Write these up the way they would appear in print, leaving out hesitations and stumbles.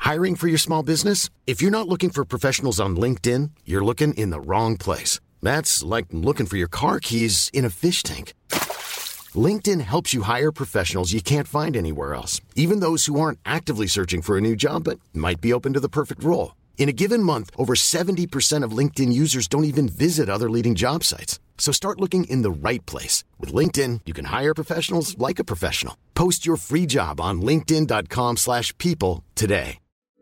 Hiring for your small business? If you're not looking for professionals on LinkedIn, you're looking in the wrong place. That's like looking for your car keys in a fish tank. LinkedIn helps you hire professionals you can't find anywhere else, even those who aren't actively searching for a new job but might be open to the perfect role. In a given month, over 70% of LinkedIn users don't even visit other leading job sites. So start looking in the right place. With LinkedIn, you can hire professionals like a professional. Post your free job on linkedin.com/people today.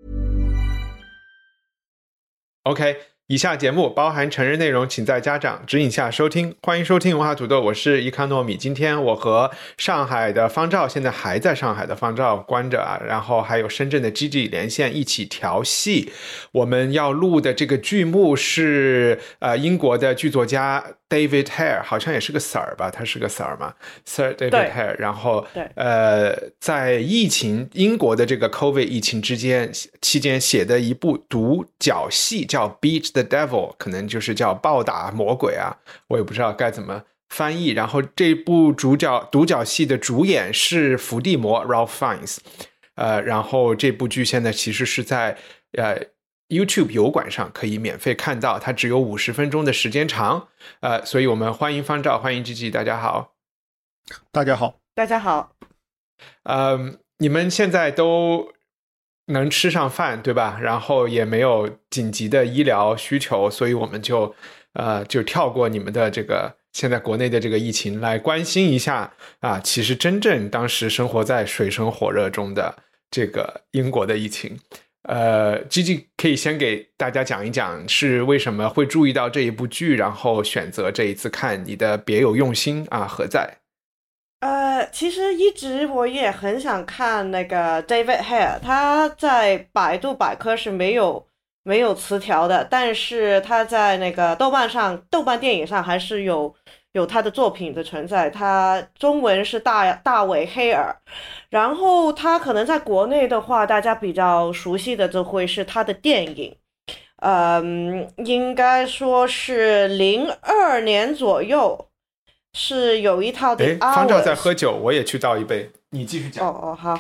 OK， 以下节目包含成人内容，请在家长指引下收听。欢迎收听文化土豆，我是伊康糯米。今天我和上海的方照，现在还在上海的方照关着啊，然后还有深圳的 Gigi 连线一起调戏。我们要录的这个剧目是英国的剧作家 David Hare， 好像也是个 Sir 吧，他是个 Sir 嘛 Sir David Hare， 然后在英国的这个 COVID 疫情期间写的一部独角戏叫 Beat the Devil， 可能就是叫暴打魔鬼啊，我也不知道该怎么翻译。然后这部独角戏的主演是伏地魔 Ralph Fiennes， 然后这部剧现在其实是在YouTube 油管上可以免费看到，它只有50分钟的时间长，所以我们欢迎方照，欢迎 Gigi， 大家好。 大家好。 大家好。 你们现在都能吃上饭对吧？然后也没有紧急的医疗需求，所以我们就跳过你们的这个现在国内的这个疫情，来关心一下其实真正当时生活在水深火热中的这个英国的疫情。Gigi 可以先给大家讲一讲是为什么会注意到这一部剧，然后选择这一次看，你的别有用心何在？ 其实一直我也很想看那个 David Hare， 他在百度百科是没有词条的，但是他在那个豆瓣电影上还是有他的作品的存在，他中文是大卫黑尔，然后他可能在国内的话大家比较熟悉的就会是他的电影，应该说是02年左右是有一套的。 方照在喝酒，我也去倒一杯，你继续讲。 好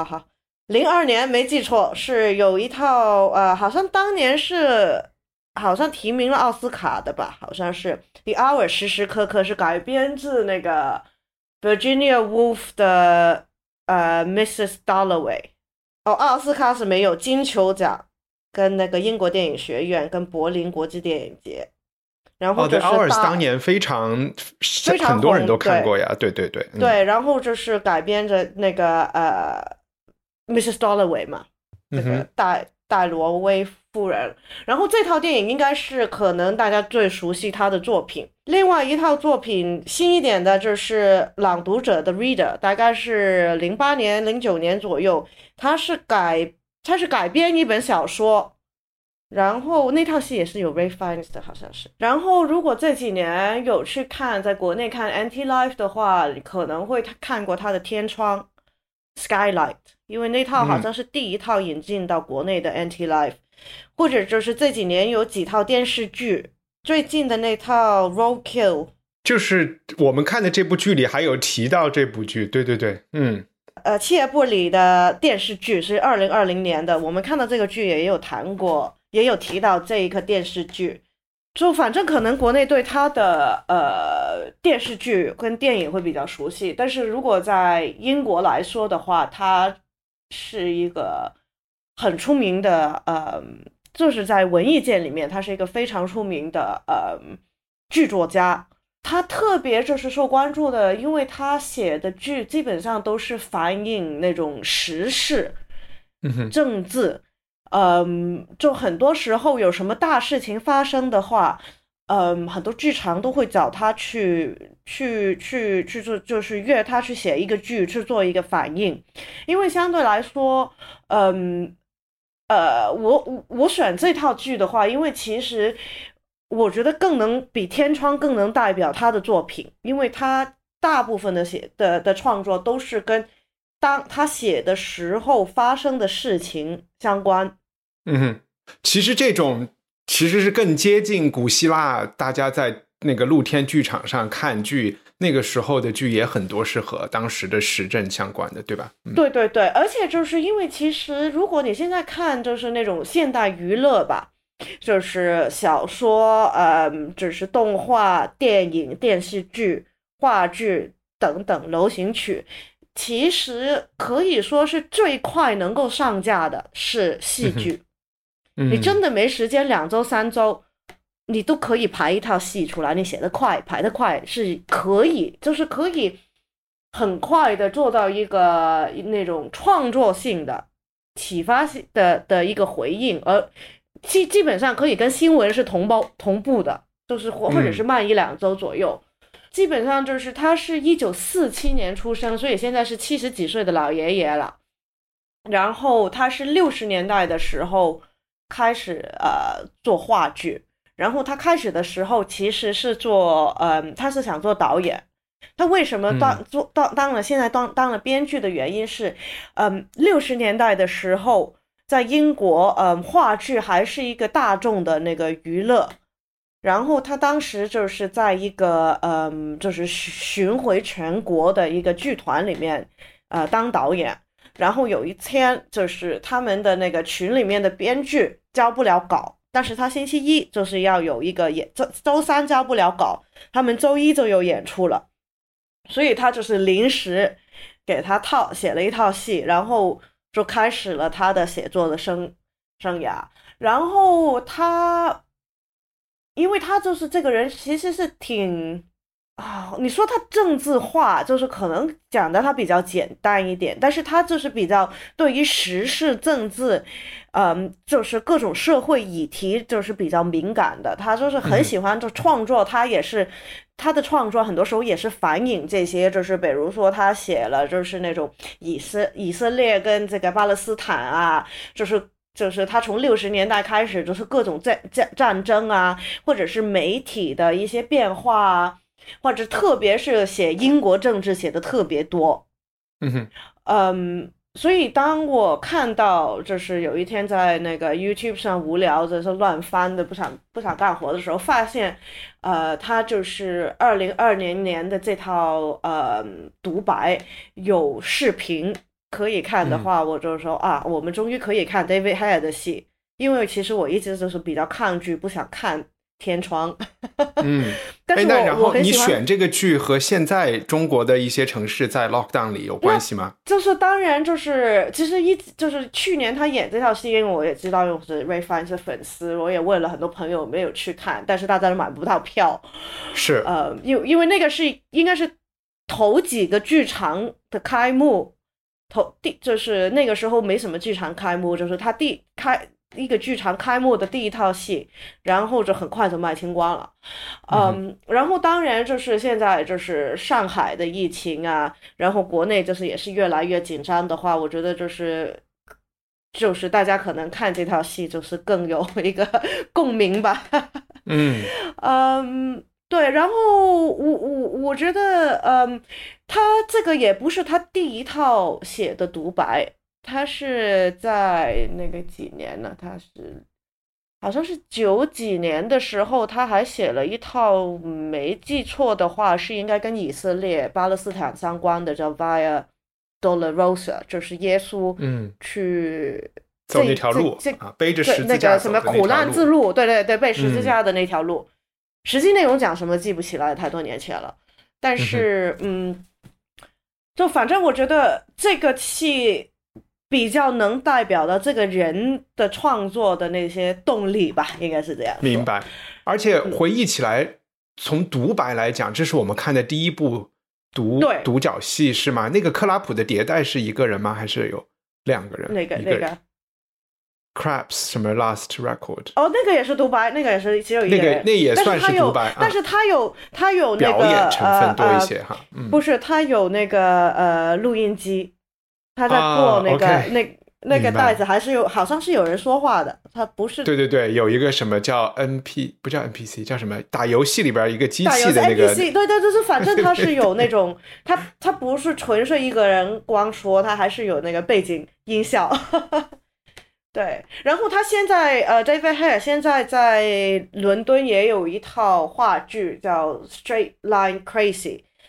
，02年没记错是有一套好像当年是好像提名了奥斯卡的吧，好像是 The Hour 时时刻刻，是改编自那个 Virginia Woolf 的Mrs. Dalloway。奥斯卡是没有，金球奖跟那个英国电影学院跟柏林国际电影节。然后就是 The Hours 当年非常很多人都看过呀，对， 对，然后就是改编着那个Mrs. Dalloway 嘛，那个戴罗威夫人。然后这套电影应该是可能大家最熟悉他的作品。另外一套作品新一点的就是《朗读者》的 Reader， 大概是08年09年左右，它是改编一本小说。然后那套戏也是有 Ralph Fiennes 的，好像是。然后如果这几年有去看，在国内看 Anti-Life 的话，可能会看过他的天窗 Skylight， 因为那套好像是第一套引进到国内的 Anti-Life，或者就是这几年有几套电视剧，最近的那套 Roadkill， 就是我们看的这部剧里还有提到这部剧，对， 契耶布里的电视剧是2020年的，我们看到这个剧也有谈过，也有提到这一个电视剧，就反正可能国内对他的电视剧跟电影会比较熟悉，但是如果在英国来说的话，他是一个很出名的就是在文艺界里面他是一个非常出名的剧作家。他特别就是受关注的，因为他写的剧基本上都是反映那种时事政治，就很多时候有什么大事情发生的话，很多剧场都会找他去做，就是约他去写一个剧，去做一个反应。因为相对来说，我选这套剧的话，因为其实我觉得更能比天窗更能代表他的作品，因为他大部分的创作都是跟当他写的时候发生的事情相关。 其实这种其实是更接近古希腊大家在那个露天剧场上看剧那个时候的剧也很多是和当时的时政相关的，对吧？ 对对对，而且就是因为其实如果你现在看就是那种现代娱乐吧，就是小说，就是动画、电影、电视剧、话剧等等流行曲，其实可以说是最快能够上架的是戏剧。你真的没时间2周3周，你都可以排一套戏出来，你写得快，排得快是可以，就是可以很快的做到一个那种创作性的、启发性的一个回应，而基本上可以跟新闻是同步的，就是或者是慢1-2周左右。基本上就是他是1947年出生，所以现在是70几岁的老爷爷了。然后他是60年代的时候开始做话剧，然后他开始的时候其实是做他是想做导演。他为什么现在当了编剧的原因是60年代的时候在英国话剧还是一个大众的那个娱乐，然后他当时就是在一个就是巡回全国的一个剧团里面当导演。然后有一天就是他们的那个群里面的编剧交不了稿，但是他星期一就是要有一个周三交不了稿，他们周一就有演出了，所以他就是临时给他写了一套戏，然后就开始了他的写作的生涯。然后因为他就是这个人其实是挺你说他政治化，就是可能讲的他比较简单一点，但是他就是比较对于时事政治就是各种社会议题就是比较敏感的，他就是很喜欢就创作，他的创作很多时候也是反映这些，就是比如说他写了就是那种以色列跟这个巴勒斯坦啊，就是他从60年代开始就是各种战争啊，或者是媒体的一些变化啊，或者特别是写英国政治写的特别多。所以当我看到就是有一天在那个 YouTube 上无聊就是乱翻的不想干活的时候，发现他就是2020年的这套独白有视频可以看的话，我就说我们终于可以看 David Hare 的戏，因为其实我一直就是比较抗拒不想看天窗。但是然后你选这个剧和现在中国的一些城市在 lockdown 里有关系吗？ 就是当然就是其实就是去年他演这套戏，因为我也知道我是 Ray Fiennes 的粉丝，我也问了很多朋友没有去看，但是大家都买不到票。 是因为那个是应该是头几个剧场的开幕，就是那个时候没什么剧场开幕，就是他一个剧场开幕的第一套戏，然后就很快就卖清光了。然后当然就是现在就是上海的疫情啊，然后国内就是也是越来越紧张的话，我觉得就是大家可能看这套戏就是更有一个共鸣吧。对，然后我觉得他这个也不是他第一套写的独白，他是在那个几年呢？他是好像是90几年的时候，他还写了一套，没记错的话是应该跟以色列、巴勒斯坦相关的，叫 Via Dolorosa， 就是耶稣去走那条路背着十字架那个什么苦难之路，对，背十字架的那条路。实际内容讲什么记不起来，太多年前了。但是就反正我觉得这个戏比较能代表到这个人的创作的那些动力吧，应该是这样说。 明白。而且回忆起来，从独白来讲，这是我们看的第一部独角戏是吗？那个克拉普的迭代是一个人吗？还是有2个人？ 那个 Craps 什么 Last Record 那个也是独白，那个也是只有一个人， 那也算是独白， 但是他有那个表演成分多一些不是，他有那个录音机，他在播那个那个袋子，还是好像是有人说话的，他不是。 对，有一个什么叫不叫 NPC， 叫什么打游戏里边一个机器的那个 NPC， 对，就是反正他是有那种他不是纯粹一个人光说，他还是有那个背景音效。对，然后他现在David Hare 现在在伦敦也有一套话剧叫 Straight Line Crazy，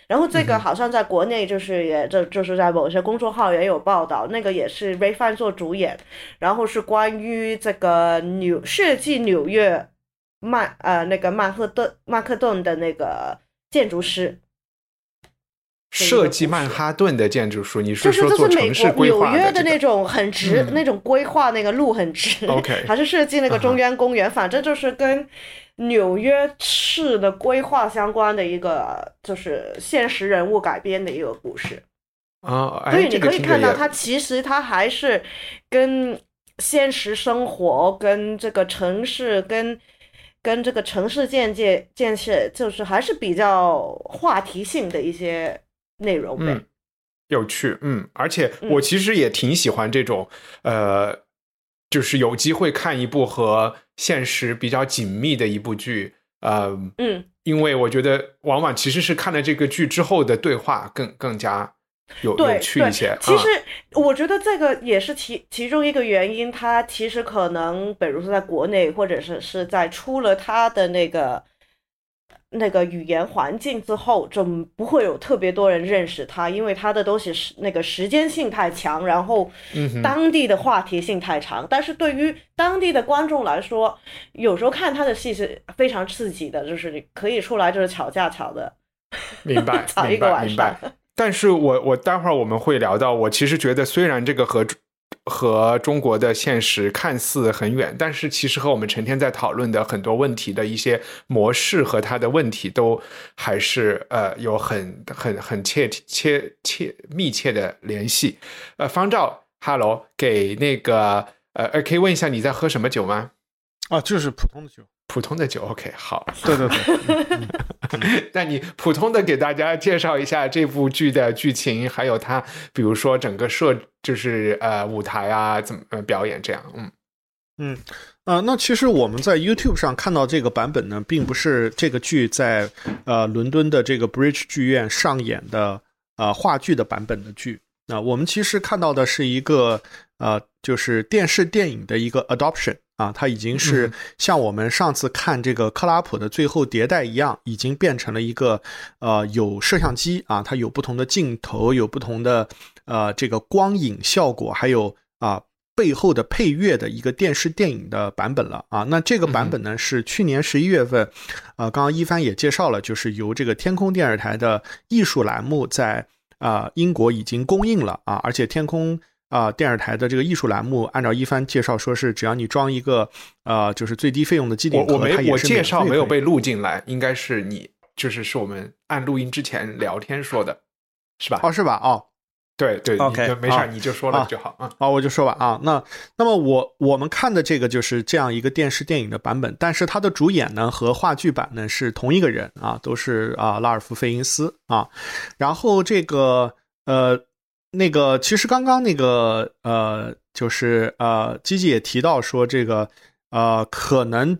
然后这个好像在国内就是就是在某些公众号也有报道，那个也是 Ray Fan 做主演，然后是关于这个设计纽约那个曼克顿的那个建筑师。 设计曼哈顿的建筑师，你是说做城市规划的、 纽约的那种很直、那种规划，那个路很直 OK 还是设计那个中央公园、反正就是跟纽约市的规划相关的一个就是现实人物改编的一个故事所以你可以看到它其实它还是跟现实生活跟这个城市跟这个城市建设就是还是比较话题性的一些内容呗。 有趣。而且我其实也挺喜欢这种就是有机会看一部和现实比较紧密的一部剧因为我觉得往往其实是看了这个剧之后的对话更加有趣一些。 其实我觉得这个也是其中一个原因，它其实可能比如说在国内或者是在出了它的那个语言环境之后，就不会有特别多人认识它，因为它的东西是那个时间性太强，然后当地的话题性太长。但是对于当地的观众来说，有时候看他的戏是非常刺激的，就是你可以出来就是吵架吵的， 明白吵一个晚上。 但是我待会儿我们会聊到，我其实觉得虽然这个和中国的现实看似很远，但是其实和我们成天在讨论的很多问题的一些模式和它的问题都还是有很密切的联系。方照 Hello 给那个可以问一下你在喝什么酒吗？ 就是普通的酒。 普通的酒 OK 好。 对那你普通的给大家介绍一下这部剧的剧情，还有它比如说整个就是舞台啊怎么表演这样。 那其实我们在 YouTube 上看到这个版本呢，并不是这个剧在伦敦的这个 Bridge 剧院上演的话剧的版本的剧。我们其实看到的是一个就是电视电影的一个 adoption。它已经是像我们上次看这个克拉普的最后迭代一样，已经变成了一个有摄像机它有不同的镜头，有不同的这个光影效果，还有背后的配乐的一个电视电影的版本了那这个版本呢是去年11月份刚刚一帆也介绍了，就是由这个天空电视台的艺术栏目在英国已经公映了而且天空电视台的这个艺术栏目，按照一帆介绍说是只要你装一个就是最低费用的机顶盒， 我介绍没有被录进来，应该是你是我们按录音之前聊天说的，是吧？ 是吧？ 对 OK 没事你就说了就好我就说吧那么我们看的这个就是这样一个电视电影的版本，但是它的主演呢和话剧版呢是同一个人都是拉尔夫·费因斯然后这个那个其实刚刚那个就是基基也提到说这个可能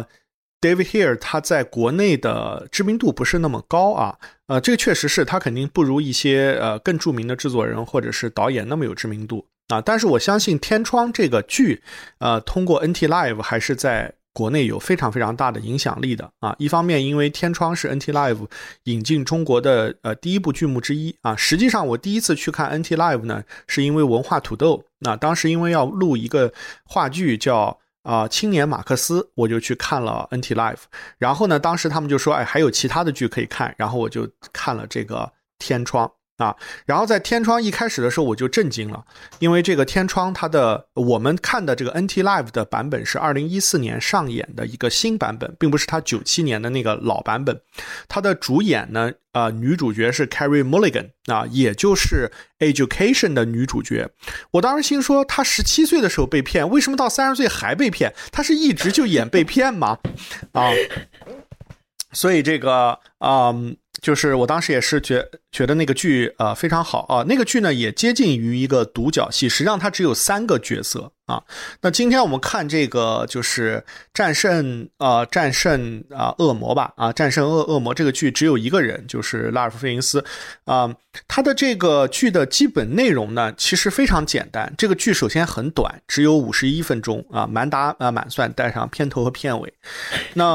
David Hare 他在国内的知名度不是那么高这个确实是他肯定不如一些更著名的制作人或者是导演那么有知名度但是我相信天窗这个剧通过 NT Live 还是在国内有非常非常大的影响力的一方面因为天窗是 NT Live 引进中国的第一部剧目之一实际上我第一次去看 NT Live 呢是因为文化土豆当时因为要录一个话剧叫青年马克思，我就去看了 NT Live， 然后呢当时他们就说还有其他的剧可以看，然后我就看了这个天窗然后在天窗一开始的时候我就震惊了，因为这个天窗它的我们看的这个 NT Live 的版本是2014年上演的一个新版本，并不是它97年的那个老版本。它的主演呢女主角是 Carey Mulligan也就是 Education 的女主角。我当时心说她17岁的时候被骗，为什么到30岁还被骗？她是一直就演被骗吗所以这个就是我当时也是觉得那个剧非常好那个剧呢也接近于一个独角戏，实际上它只有3个角色那今天我们看这个就是战胜恶魔吧战胜恶魔这个剧只有一个人，就是拉尔夫·费因斯他的这个剧的基本内容呢其实非常简单，这个剧首先很短，只有51分钟满打满算带上片头和片尾。那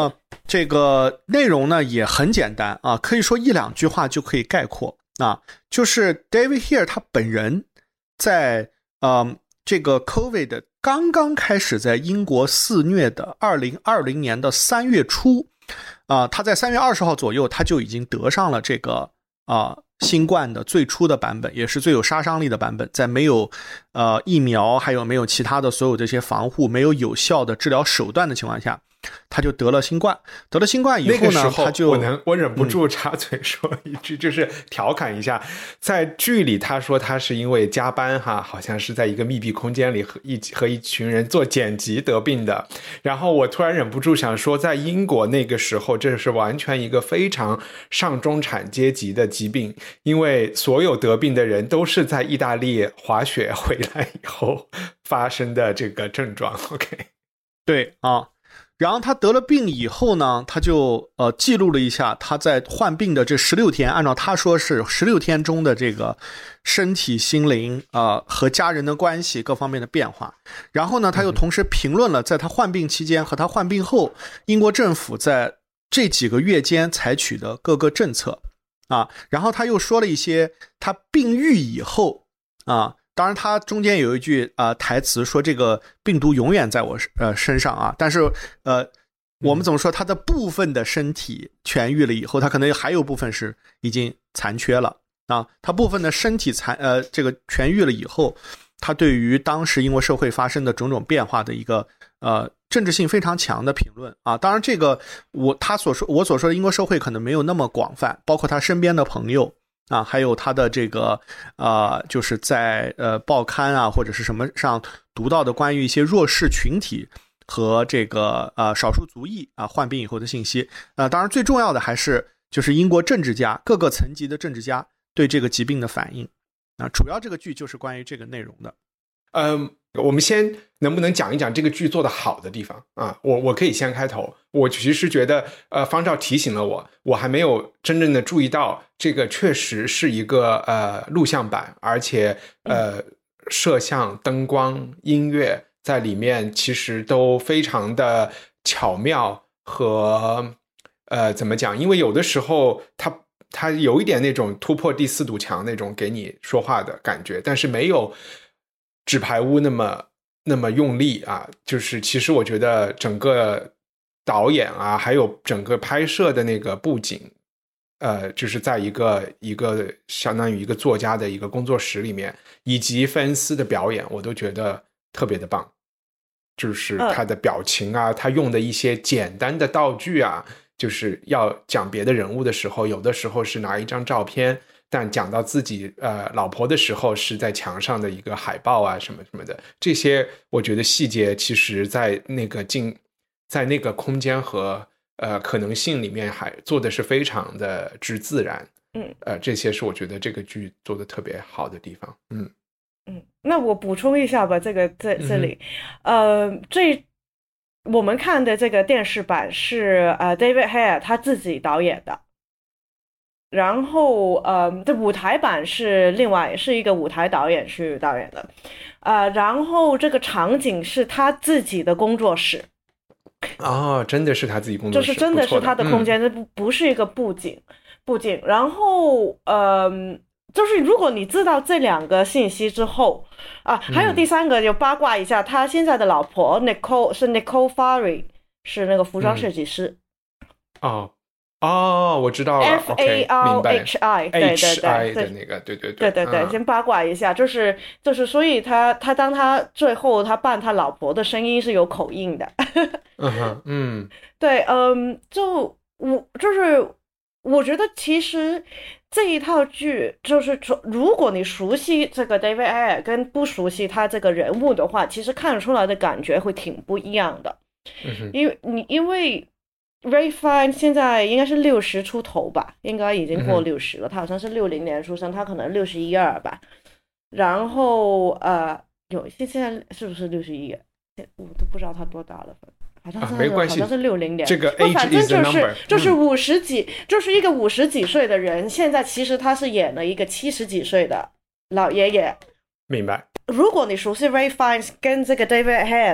这个内容呢也很简单啊，可以说一两句话就可以概括啊，就是 David Hare 他本人在这个 COVID 刚刚开始在英国肆虐的2020年的3月初他在3月20号左右他就已经得上了这个新冠的最初的版本，也是最有杀伤力的版本，在没有疫苗还有没有其他的所有这些防护，没有有效的治疗手段的情况下，他就得了新冠。得了新冠以后呢，他就我忍不住插嘴说一句，就是调侃一下，在剧里他说他是因为加班好像是在一个密闭空间里和一群人做剪辑得病的。然后我突然忍不住想说，在英国那个时候，这是完全一个非常上中产阶级的疾病，因为所有得病的人都是在意大利滑雪回来以后发生的这个症状。OK， 对啊。然后他得了病以后呢，他就记录了一下他在患病的这16天，按照他说是16天中的这个身体心灵和家人的关系各方面的变化。然后呢，他又同时评论了在他患病期间和他患病后英国政府在这几个月间采取的各个政策然后他又说了一些他病愈以后当然他中间有一句台词说这个病毒永远在我身上但是我们怎么说，他的部分的身体痊愈了以后，他可能还有部分是已经残缺了他部分的身体这个痊愈了以后，他对于当时英国社会发生的种种变化的一个政治性非常强的评论当然这个我所说的英国社会可能没有那么广泛，包括他身边的朋友还有他的这个就是在报刊或者是什么上读到的关于一些弱势群体和这个少数族裔患病以后的信息当然最重要的还是就是英国政治家各个层级的政治家对这个疾病的反应主要这个剧就是关于这个内容的。 我们先能不能讲一讲这个剧做的好的地方我可以先开头。我其实觉得方照提醒了我还没有真正的注意到这个确实是一个录像版，而且摄像灯光音乐在里面其实都非常的巧妙和怎么讲，因为有的时候它有一点那种突破第4堵墙那种给你说话的感觉，但是没有纸牌屋那么用力就是其实我觉得整个导演还有整个拍摄的那个布景就是在一个相当于一个作家的一个工作室里面，以及费恩斯的表演我都觉得特别的棒，就是他的表情他用的一些简单的道具就是要讲别的人物的时候，有的时候是拿一张照片，但讲到自己老婆的时候是在墙上的一个海报什么什么的，这些我觉得细节其实在那个空间和可能性里面还做的是非常的之自然。这些是我觉得这个剧做的特别好的地方。 那我补充一下吧，这里我们看的这个电视版是David Hare 他自己导演的，然后这舞台版是另外是一个舞台导演去导演的然后这个场景是他自己的工作室真的是他自己工作室， 就是真的是他的空间，这不是一个布景。然后就是如果你知道这2个信息之后还有第3个就八卦一下，他现在的老婆 Nicole 是 Nicole Farey， 是那个服装设计师。 我知道了 FARHI 对的那个对先八卦一下，就是所以他当他最后他扮他老婆的声音是有口音的。对就是我觉得其实这一套剧就是如果你熟悉这个 David Hare 跟不熟悉他这个人物的话，其实看出来的感觉会挺不一样的。因为 Ray Fiennes 现在应该是60出头吧，应该已经过60了，他好像是60年出生，他可能61、62吧。然后现在是不是61？我都不知道他多大了，好像是没关系， 好像是60年。 这个 age 反正 is the number， 就是50几，就是一个50几岁的人，现在其实他是演了一个70几岁的老爷爷。 明白。 如果你熟悉 Ray Fiennes 跟这个 David Hare，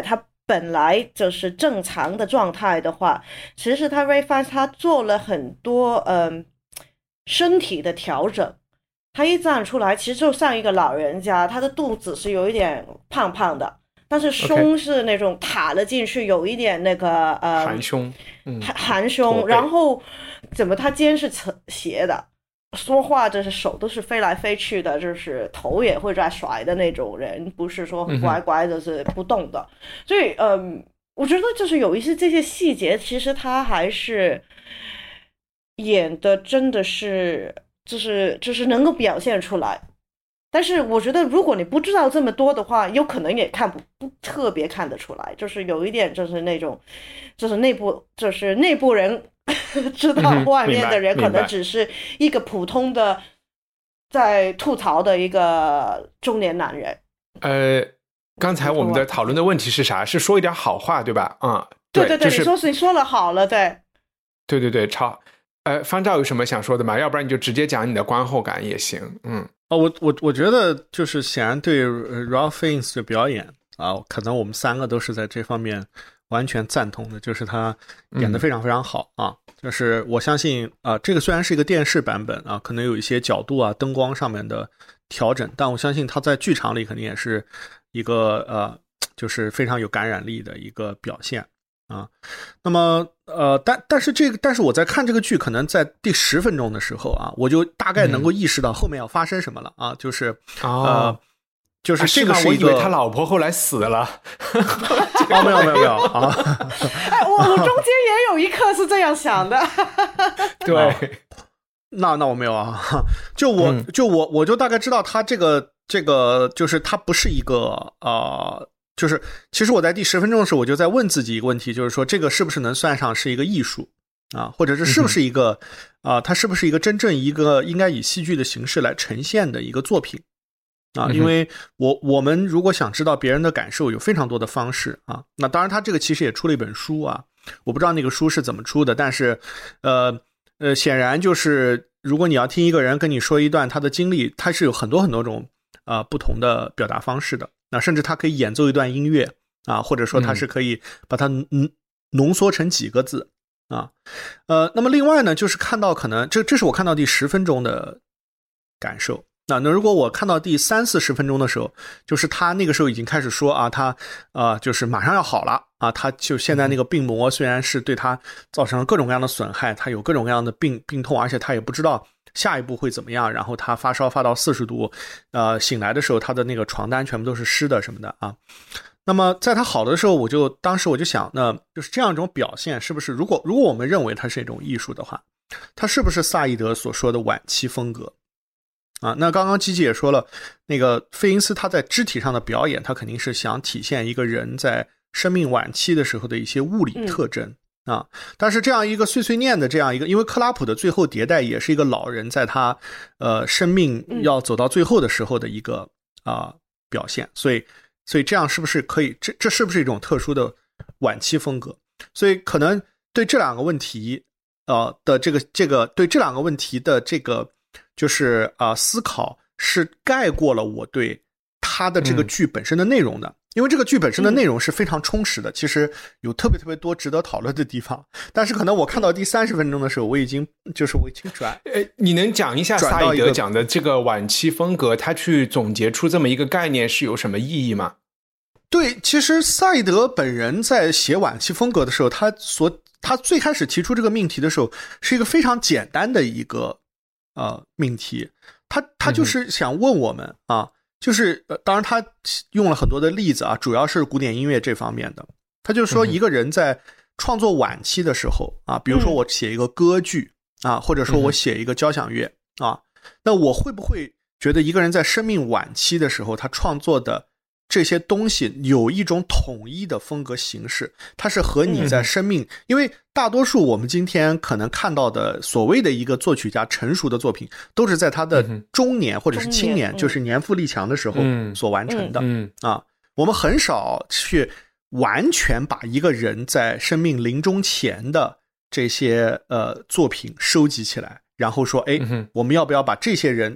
本来就是正常的状态的话，其实他 Ray Fiennes 他做了很多身体的调整。他一站出来，其实就像一个老人家，他的肚子是有一点胖胖的，但是胸是那种塌了进去，有一点那个含胸， 含胸，然后怎么他肩是斜的，说话就是手都是飞来飞去的，就是头也会在甩的那种人，不是说很乖乖的是不动的。所以我觉得就是有一些这些细节，其实他还是演的真的是就是能够表现出来。但是我觉得如果你不知道这么多的话，有可能也不特别看得出来，就是有一点就是那种就是内部人知道外面的人可能只是一个普通的在吐槽的一个中年男人。 刚才我们的讨论的问题是啥？是说一点好话对吧？ 对， 就是、 你说了好了，对， 超。方照有什么想说的吗？要不然你就直接讲你的观后感也行。 我觉得就是显然对 Ralph Fiennes 的表演啊，可能我们三个都是在这方面完全赞同的，就是他演得非常非常好啊。就是我相信这个虽然是一个电视版本啊，可能有一些角度啊、灯光上面的调整，但我相信他在剧场里肯定也是一个就是非常有感染力的一个表现啊。那么但是我在看这个剧，可能在第10分钟的时候啊，我就大概能够意识到后面要发生什么了啊，就是就是这个是一个， 我以为他老婆后来死了。 没有啊！ 我中间也有一刻是这样想的。 对， 那我没有啊。我就大概知道他这个就是他不是一个就是其实我在第10分钟的时候，我就在问自己一个问题，就是说这个是不是能算上是一个艺术啊，或者是不是一个它是不是一个真正一个应该以戏剧的形式来呈现的一个作品啊？因为我们如果想知道别人的感受，有非常多的方式啊。那当然，他这个其实也出了一本书啊，我不知道那个书是怎么出的，但是显然就是如果你要听一个人跟你说一段他的经历，他是有很多很多种不同的表达方式的。那甚至他可以演奏一段音乐啊，或者说他是可以把它浓缩成几个字啊。那么另外呢，就是看到可能这是我看到第10分钟的感受。那如果我看到第30-40分钟的时候，就是他那个时候已经开始说啊，他就是马上要好了啊，他就现在那个病魔虽然是对他造成了各种各样的损害，他有各种各样的病痛，而且他也不知道下一步会怎么样，然后他发烧发到40度，醒来的时候他的那个床单全部都是湿的什么的啊。那么在他好的时候，当时我就想，那就是这样一种表现，是不是如果我们认为它是一种艺术的话，它是不是萨义德所说的晚期风格啊？那刚刚基基也说了，那个费因斯他在肢体上的表演，他肯定是想体现一个人在生命晚期的时候的一些物理特征。但是这样一个碎碎念的这样一个，因为克拉普的最后迭代也是一个老人在他生命要走到最后的时候的一个表现，所以这样是不是可以这是不是一种特殊的晚期风格？所以可能对这两个问题的这个对这两个问题的这个就是思考是盖过了我对他的这个剧本身的内容的。因为这个剧本身的内容是非常充实的，其实有特别多值得讨论的地方，但是可能我看到第30分钟的时候，我已经转。 你能讲一下萨义德讲的这个晚期风格，他去总结出这么一个概念是有什么意义吗？ 对，其实萨义德本人在写晚期风格的时候，他最开始提出这个命题的时候，是一个非常简单的一个命题，他就是想问我们就是当然他用了很多的例子主要是古典音乐这方面的。他就说一个人在创作晚期的时候比如说我写一个歌剧或者说我写一个交响乐那我会不会觉得一个人在生命晚期的时候，他创作的这些东西有一种统一的风格形式，它是和你在生命因为大多数我们今天可能看到的所谓的一个作曲家成熟的作品，都是在他的中年或者是青年，就是年富力强的时候所完成的我们很少去完全把一个人在生命临终前的这些作品收集起来，然后说我们要不要把这些人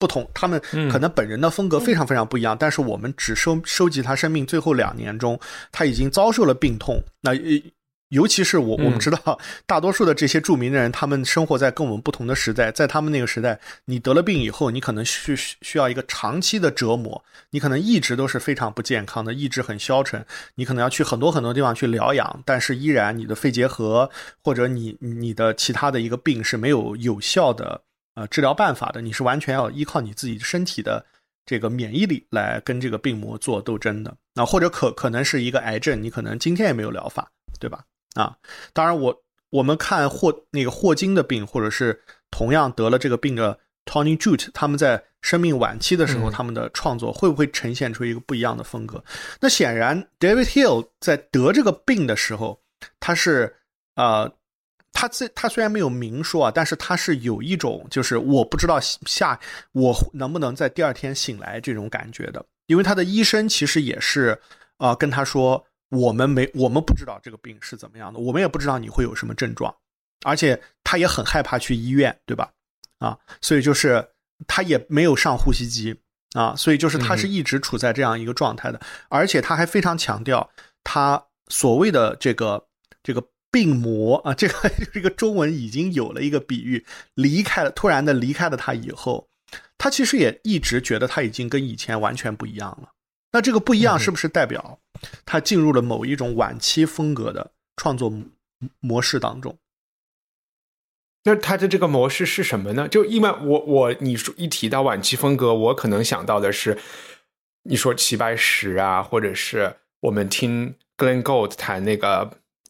不同，他们可能本人的风格非常非常不一样，但是我们只收集他生命最后2年中，他已经遭受了病痛。那尤其是我们知道，大多数的这些著名的人，他们生活在跟我们不同的时代，在他们那个时代，你得了病以后，你可能需要一个长期的折磨，你可能一直都是非常不健康的，意志很消沉，你可能要去很多很多地方去疗养，但是依然你的肺结核或者你的其他的一个病是没有效的治疗办法的，你是完全要依靠你自己身体的这个免疫力来跟这个病魔做斗争的。那或者可能是一个癌症，你可能今天也没有疗法，对吧？当然我们看霍金的病，或者是同样得了这个病的 Tony Judt， 他们在生命晚期的时候，他们的创作会不会呈现出一个不一样的风格？那显然 David Hill 在得这个病的时候，他是他虽然没有明说但是他是有一种就是我不知道我能不能在第二天醒来这种感觉的，因为他的医生其实也是跟他说我们不知道这个病是怎么样的，我们也不知道你会有什么症状，而且他也很害怕去医院，对吧？所以就是他也没有上呼吸机所以就是他是一直处在这样一个状态的，而且他还非常强调他所谓的这个病魔这个中文已经有了一个比喻，突然的离开了他以后，他其实也一直觉得他已经跟以前完全不一样了。那这个不一样是不是代表他进入了某一种晚期风格的创作模式当中？ 那他的这个模式是什么呢？就因为你说一提到晚期风格，我可能想到的是你说齐白石或者是我们听 Glenn Gould 弹那个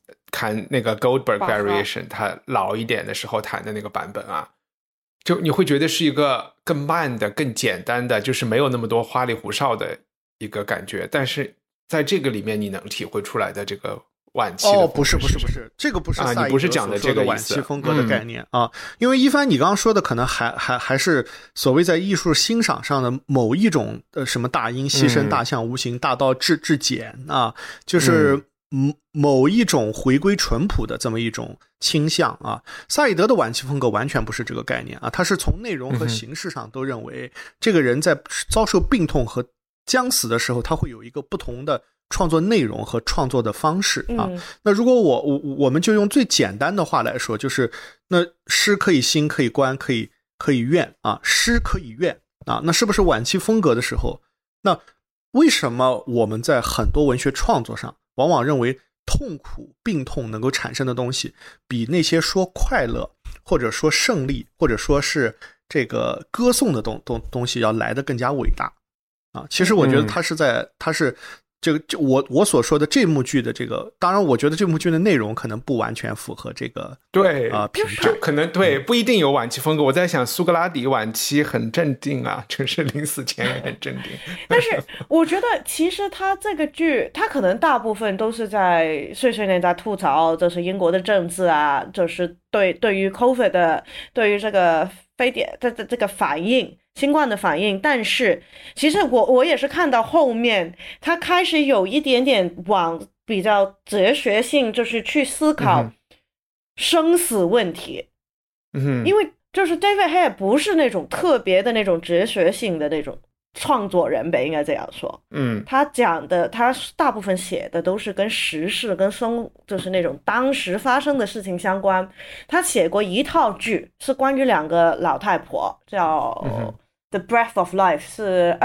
Goldberg Variation， 他老一点的时候弹的那个版本就你会觉得是一个更慢的、更简单的，就是没有那么多花里胡哨的一个感觉，但是在这个里面你能体会出来的这个晚期的不是，这个不是你不是讲的这个晚期风格的概念因为一帆你刚刚说的可能还是所谓在艺术欣赏上的某一种什么大音牺牲大象无形大道至简就是某一种回归淳朴的这么一种倾向萨义德的晚期风格完全不是这个概念他是从内容和形式上都认为这个人在遭受病痛和将死的时候，他会有一个不同的创作内容和创作的方式那如果我们就用最简单的话来说，就是那诗可以兴可以观可以怨诗可以怨那是不是晚期风格的时候，那为什么我们在很多文学创作上往往认为痛苦病痛能够产生的东西比那些说快乐或者说胜利或者说是这个歌颂的东西要来得更加伟大其实我觉得他是这个我所说的这幕剧的这个，当然我觉得这幕剧的内容可能不完全符合这个对评判， 可能不一定有晚期风格。我在想苏格拉底晚期很镇定就是临死前也很镇定。 但是我觉得其实他这个剧，他可能大部分都是在碎碎念在吐槽，就是英国的政治就是对于 COVID 的对于这个非典的这个反应。新冠的反应，但是其实我也是看到后面他开始有一点点往比较哲学性，就是去思考生死问题因为就是 David Hare 不是那种特别的那种哲学性的那种创作人呗，应该这样说他讲的他大部分写的都是跟时事跟就是那种当时发生的事情相关。他写过一套剧是关于2个老太婆，叫The Breath of Life， 是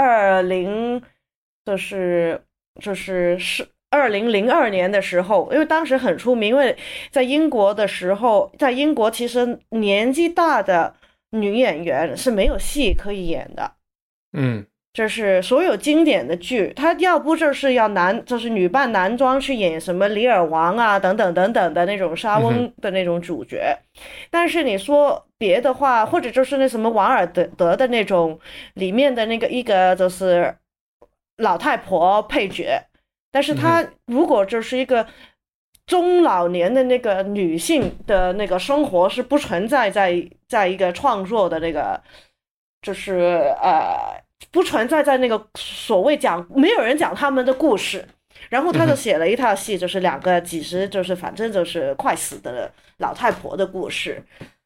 2002年的时候，因为当时很出名，因为在英国的时候，在英国其实年纪大的女演员是没有戏可以演的就是所有经典的剧，他要不就是就是女扮男装去演什么李尔王等等等等的那种莎翁的那种主角但是你说别的话，或者就是那什么瓦尔德的那种里面的一个就是老太婆配角，但是他如果就是一个中老年的那个女性的那个生活是不存在在一个创作的那个就是不存在在那个所谓没有人讲他们的故事，然后他就写了一套戏，就是2个就是反正就是快死的老太婆的故事。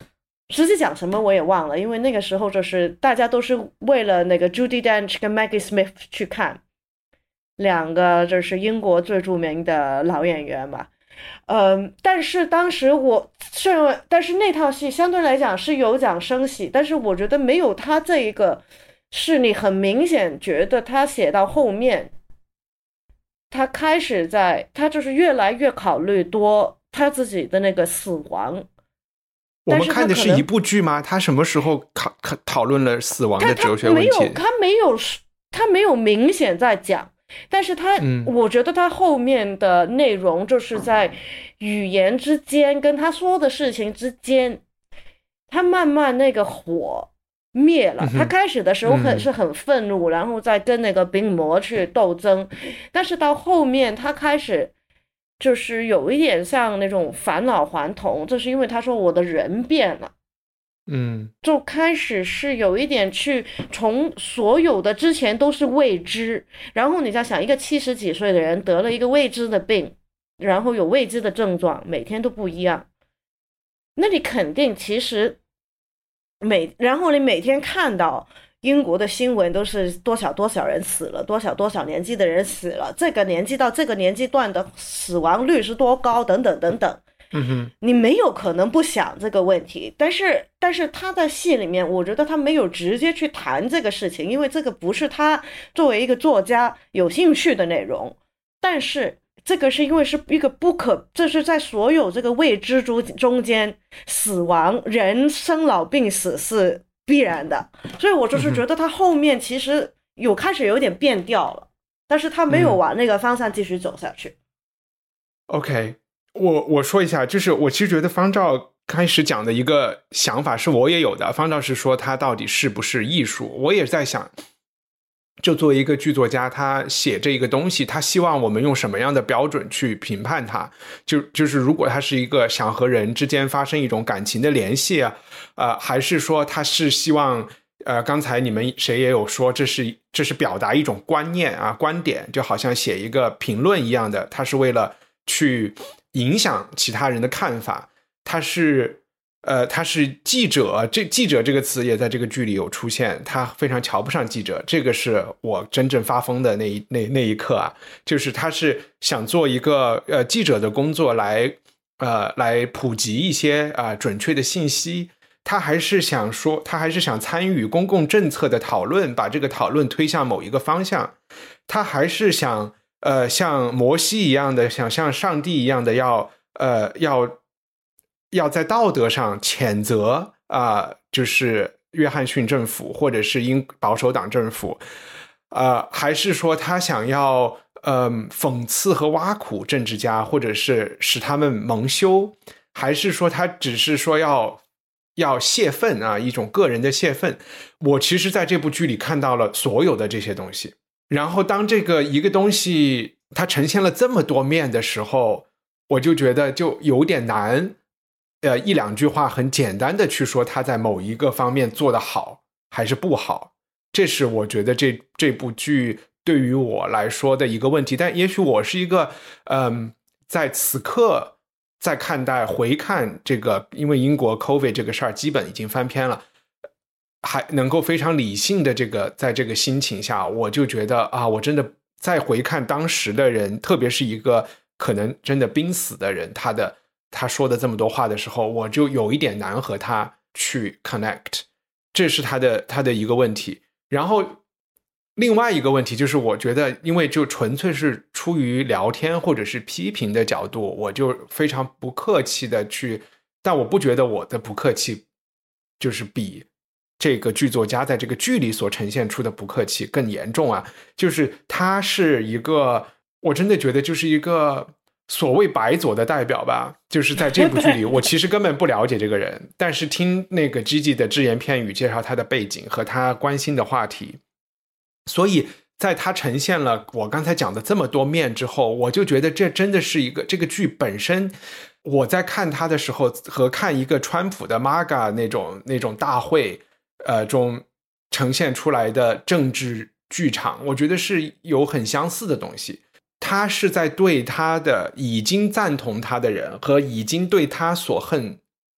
实际讲什么我也忘了，因为那个时候就是大家都是为了那个 Judi Dench 跟 Maggie Smith 去看，两个就是英国最著名的老演员吧。但是当时但是那套戏相对来讲是有讲生喜，但是我觉得没有他这一个，是你很明显觉得他写到后面，他就是越来越考虑多他自己的那个死亡。 我们看的是一部剧吗？他什么时候讨论了死亡的哲学问题？ 他没有明显在讲，但是我觉得他后面的内容就是在语言之间跟他说的事情之间，他慢慢那个火灭了。他开始的时候是很愤怒，然后再跟那个病魔去斗争，但是到后面他开始就是有一点像那种返老还童，这是因为他说我的人变了，就开始是有一点去从所有的之前都是未知，然后你再想一个70几岁的人得了一个未知的病，然后有未知的症状，每天都不一样，那你肯定其实然后你每天看到英国的新闻都是多少多少人死了，多少多少年纪的人死了，这个年纪到这个年纪段的死亡率是多高，等等等等。你没有可能不想这个问题，但是他在戏里面，我觉得他没有直接去谈这个事情，因为这个不是他作为一个作家有兴趣的内容。但是这个是因为是一个这是在所有这个未知中间，死亡人生老病死是必然的，所以我就是觉得他后面其实开始有点变调了，但是他没有往那个方向继续走下去。 OK， 我说一下，就是我其实觉得方照开始讲的一个想法是我也有的。方照是说他到底是不是艺术，我也在想，就作为一个剧作家，他写这一个东西，他希望我们用什么样的标准去评判他？就是如果他是一个想和人之间发生一种感情的联系啊，还是说他是希望刚才你们谁也有说这是表达一种观念啊观点，就好像写一个评论一样的，他是为了去影响其他人的看法，他是记者，记者这个词也在这个剧里有出现，他非常瞧不上记者，这个是我真正发疯的那一刻啊，就是他是想做一个记者的工作来普及一些准确的信息，他还是想参与公共政策的讨论，把这个讨论推向某一个方向，他还是想像摩西一样的，想像上帝一样的要在道德上谴责就是约翰逊政府或者是保守党政府，还是说他想要讽刺和挖苦政治家，或者是使他们蒙羞，还是说他只是说要泄愤啊，一种个人的泄愤。我其实在这部剧里看到了所有的这些东西，然后当这个一个东西它呈现了这么多面的时候，我就觉得就有点难一两句话很简单的去说他在某一个方面做得好还是不好，这是我觉得这部剧对于我来说的一个问题。但也许我是一个在此刻在回看这个，因为英国 COVID 这个事儿基本已经翻篇了，还能够非常理性的在这个心情下，我就觉得我真的再回看当时的人，特别是一个可能真的濒死的人，他说的这么多话的时候，我就有一点难和他去 connect， 这是他的一个问题。然后另外一个问题就是，我觉得因为就纯粹是出于聊天或者是批评的角度，我就非常不客气的但我不觉得我的不客气就是比这个剧作家在这个剧里所呈现出的不客气更严重啊。就是他是一个，我真的觉得就是一个所谓白左的代表吧，就是在这部剧里我其实根本不了解这个人，但是听那个 Gigi 的只言片语介绍他的背景和他关心的话题，所以在他呈现了我刚才讲的这么多面之后，我就觉得这真的是一个，这个剧本身我在看他的时候和看一个川普的 MAGA 那种大会中呈现出来的政治剧场，我觉得是有很相似的东西。他是在对他的已经赞同他的人和已经对他所恨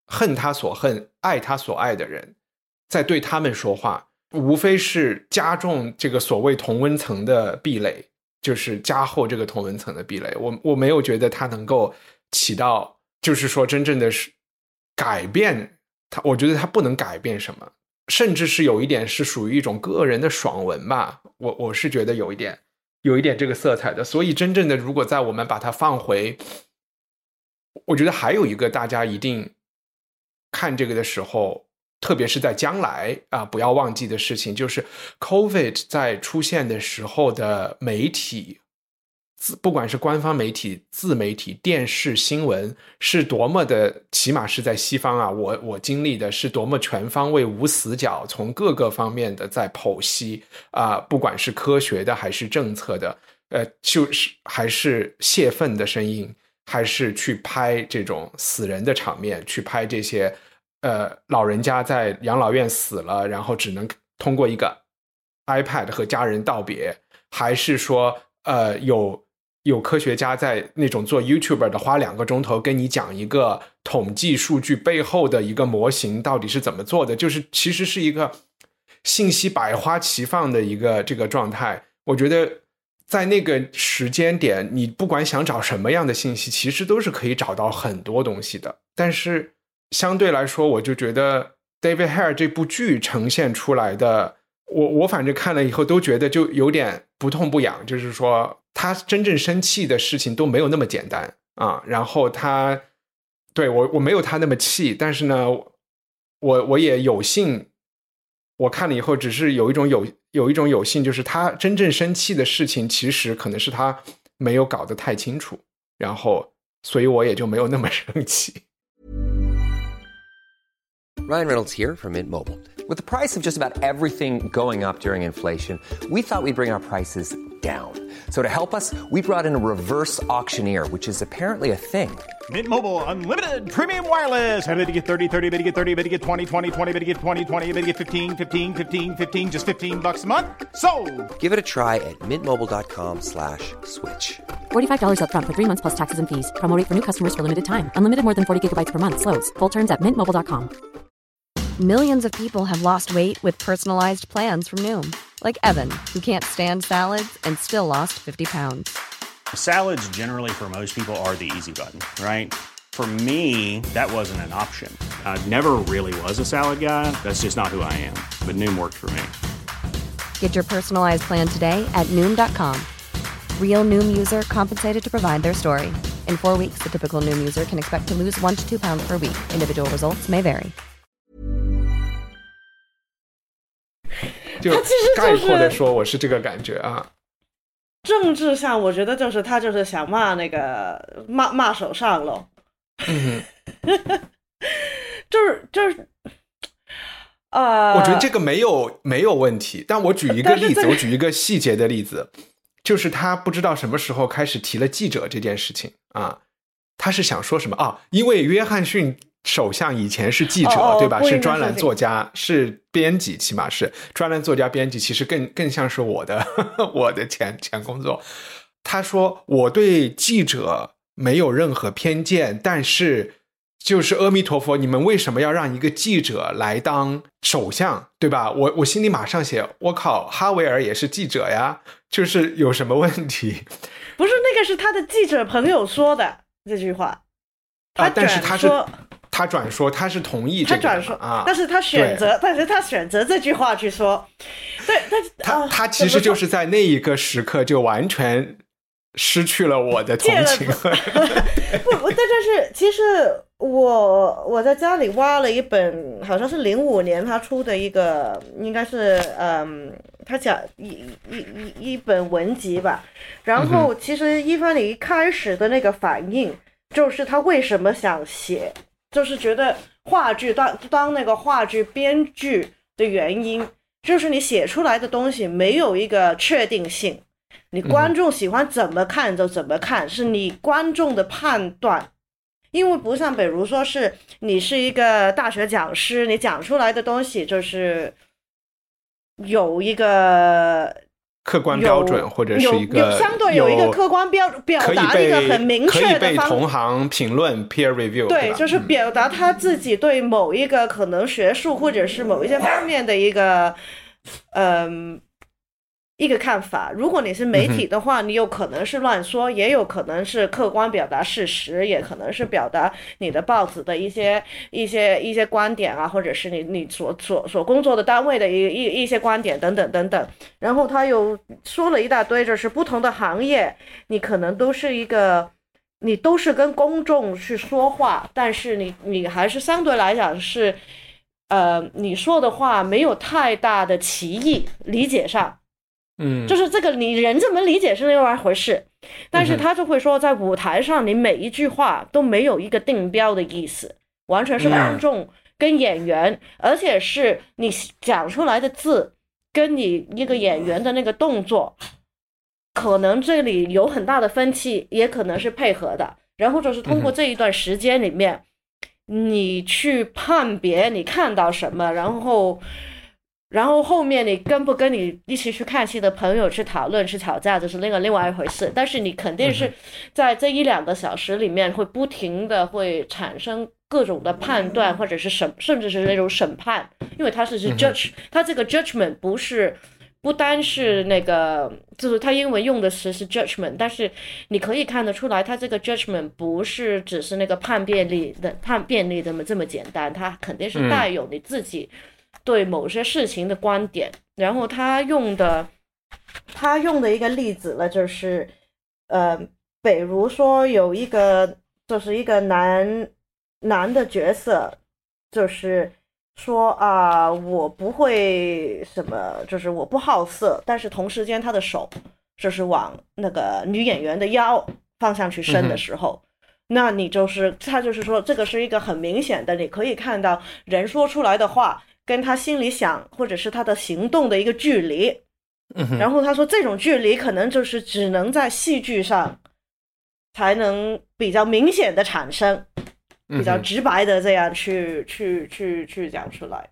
恨他所恨爱他所爱的人在对他们说话，无非是加重这个所谓同温层的壁垒，就是加厚这个同温层的壁垒。我没有觉得他能够起到就是说真正的是改变他，我觉得他不能改变什么，甚至是有一点是属于一种个人的爽文吧，我是觉得有一点这个色彩的。所以真正的如果在我们把它放回，我觉得还有一个大家一定看这个的时候，特别是在将来不要忘记的事情，就是 COVID 在出现的时候的媒体，不管是官方媒体、自媒体、电视新闻，是多么的，起码是在西方我经历的是多么全方位无死角，从各个方面的在剖析不管是科学的还是政策的，就是还是泄愤的声音，还是去拍这种死人的场面，去拍这些老人家在养老院死了，然后只能通过一个 iPad 和家人道别，还是说有科学家在那种做 YouTuber 的花2个钟头跟你讲一个统计数据背后的一个模型到底是怎么做的，就是其实是一个信息百花齐放的一个这个状态。我觉得在那个时间点，你不管想找什么样的信息，其实都是可以找到很多东西的。但是相对来说，我就觉得 David Hare 这部剧呈现出来的，我反正看了以后都觉得就有点不痛不痒，就是说他真正生气的事情都没有那么简单然后他对我没有他那么气，但是呢我也有幸，我看了以后只是有一种有幸，就是他真正生气的事情其实可能是他没有搞得太清楚，然后所以我也就没有那么生气。 Ryan Reynolds here from Mint Mobile. With the price of just about everything going up during inflation, we thought we'd bring our prices down. So to help us, we brought in a reverse auctioneer, which is apparently a thing. Mint Mobile Unlimited Premium Wireless. How to get 30, 30, bit to get 30, bit to get 20, 20, 20, bit to get 20, 20, bit to get 15, 15, 15, 15, just $15 a month? Sold! Give it a try at mintmobile.com/switch. $45 up front for 3 months plus taxes and fees. Promo rate for new customers for limited time. Unlimited more than 40 gigabytes per month. Slows full terms at mintmobile.com. Millions of people have lost weight with personalized plans from Noom. Like Evan, who can't stand salads and still lost 50 pounds. Salads generally for most people are the easy button, right? For me, that wasn't an option. I never really was a salad guy. That's just not who I am. But Noom worked for me. Get your personalized plan today at Noom.com. Real Noom user compensated to provide their story. In 4 weeks, the typical Noom user can expect to lose 1 to 2 pounds per week. Individual results may vary. 就概括的说，我是这个感觉政治上，我觉得就是他就是想骂那个骂首相咯。就是我觉得这个没有问题，但我举一个例子，我举一个细节的例子，就是他不知道什么时候开始提了记者这件事情他是想说什么因为约翰逊首相以前是记者对吧？是专栏作家，是编辑，起码是专栏作家编辑，其实更像是我的前工作。他说我对记者没有任何偏见，但是就是阿弥陀佛，你们为什么要让一个记者来当首相，对吧？我心里马上写，我靠，哈维尔也是记者呀，就是有什么问题？ 不是，那个是他的记者朋友说的这句话， 但是他转说他是同意这个的，他转说但是他选择这句话去说，对， 他其实就是在那一个时刻就完全失去了我的同情。不， 但是其实我在家里挖了一本，好像是05年他出的一个，应该是他讲一本文集吧。然后其实伊凡里一开始的那个反应就是他为什么想写。就是觉得话剧当那个话剧编剧的原因，就是你写出来的东西没有一个确定性，你观众喜欢怎么看就怎么看，是你观众的判断。因为不像比如说是你是一个大学讲师，你讲出来的东西就是有一个客观标准，或者是一个相对有一个客观表达一个很明确的可以被同行评论 peer review， 对，就是表达他自己对某一个可能学术或者是某一些方面的一个一个看法。如果你是媒体的话，你有可能是乱说，也有可能是客观表达事实，也可能是表达你的报纸的一些观点啊，或者是你所工作的单位的一些观点等等等等。然后他又说了一大堆，就是不同的行业，你可能都是跟公众去说话，但是你还是相对来讲是你说的话没有太大的歧义，理解上。就是这个你人怎么理解是另外一回事，但是他就会说在舞台上你每一句话都没有一个定标的意思，完全是观众跟演员，而且是你讲出来的字跟你一个演员的那个动作可能这里有很大的分歧，也可能是配合的，然后就是通过这一段时间里面你去判别你看到什么，然后后面你跟不跟你一起去看戏的朋友去讨论去吵架，这是另外一回事。但是你肯定是在这1-2个小时里面会不停的会产生各种的判断，或者是甚至是那种审判，因为它是 judge， 它这个 judgment 不单是那个，就是它英文用的词是 judgment， 但是你可以看得出来它这个 judgment 不是只是那个判别力这么简单，它肯定是带有你自己对某些事情的观点。然后他用的一个例子呢，就是比如说有一个就是一个男的角色，就是说我不会什么，就是我不好色，但是同时间他的手就是往那个女演员的腰方向去伸的时候，那他就是说这个是一个很明显的，你可以看到人说出来的话跟他心里想或者是他的行动的一个距离。然后他说这种距离可能就是只能在戏剧上才能比较明显的产生，比较直白的这样去讲出来。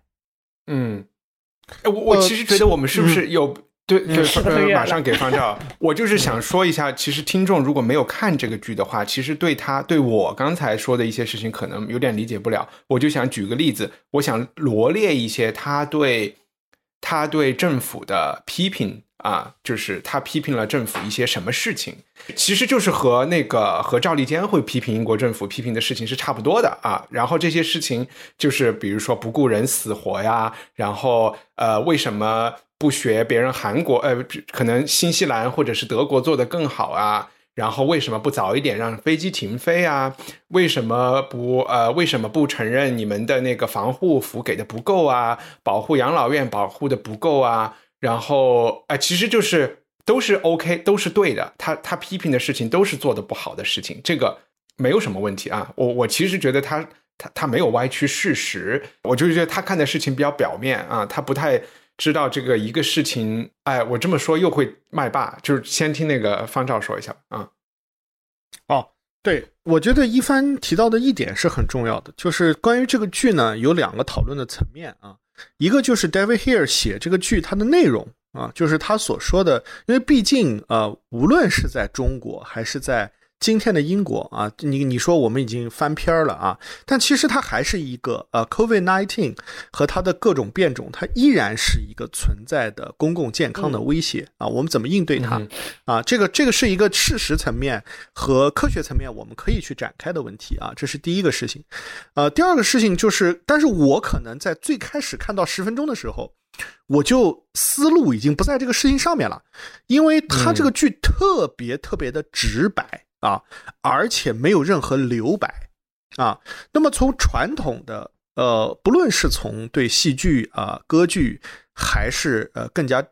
我其实觉得我们是不是有对，马上给方照。我就是想说一下，其实听众如果没有看这个剧的话，其实对我刚才说的一些事情可能有点理解不了。我就想举个例子，我想罗列一些他对政府的批评啊，就是他批评了政府一些什么事情，其实就是和赵立坚会批评英国政府批评的事情是差不多的啊。然后这些事情就是比如说不顾人死活呀，然后为什么不学别人韩国可能新西兰或者是德国做得更好啊，然后为什么不早一点让飞机停飞啊，为什么不承认你们的那个防护服给的不够啊，保护养老院保护的不够啊，然后其实就是都是 OK， 都是对的，他批评的事情都是做的不好的事情，这个没有什么问题啊。我其实觉得他没有歪曲事实，我就觉得他看的事情比较表面啊，他不太知道这个一个事情。我这么说又会卖霸，就是先听那个方照说一下啊。 对，我觉得一帆提到的一点是很重要的，就是关于这个剧呢有2个讨论的层面啊。一个就是 David Hare 写这个剧它的内容啊，就是他所说的，因为毕竟无论是在中国还是在今天的英国啊，你说我们已经翻篇了啊，但其实它还是一个COVID-19 和它的各种变种，它依然是一个存在的公共健康的威胁啊。我们怎么应对它啊？这个是一个事实层面和科学层面我们可以去展开的问题啊，这是第一个事情。第二个事情就是，但是我可能在最开始看到10分钟的时候，我就思路已经不在这个事情上面了，因为它这个剧特别的直白啊，而且没有任何留白啊。那么从传统的不论是从对戏剧歌剧，还是更加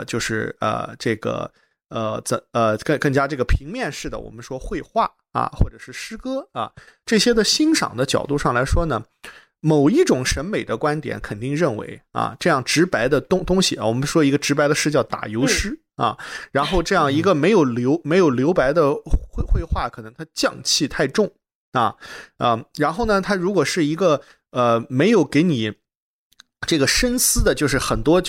更加这个平面式的我们说绘画啊，或者是诗歌啊，这些的欣赏的角度上来说呢，某一种审美的观点肯定认为啊，这样直白的东西啊，我们说一个直白的诗叫打油诗啊，然后这样一个没有留白的绘画，可能它匠气太重然后呢，它如果是一个没有给你这个深思的，就是很多就是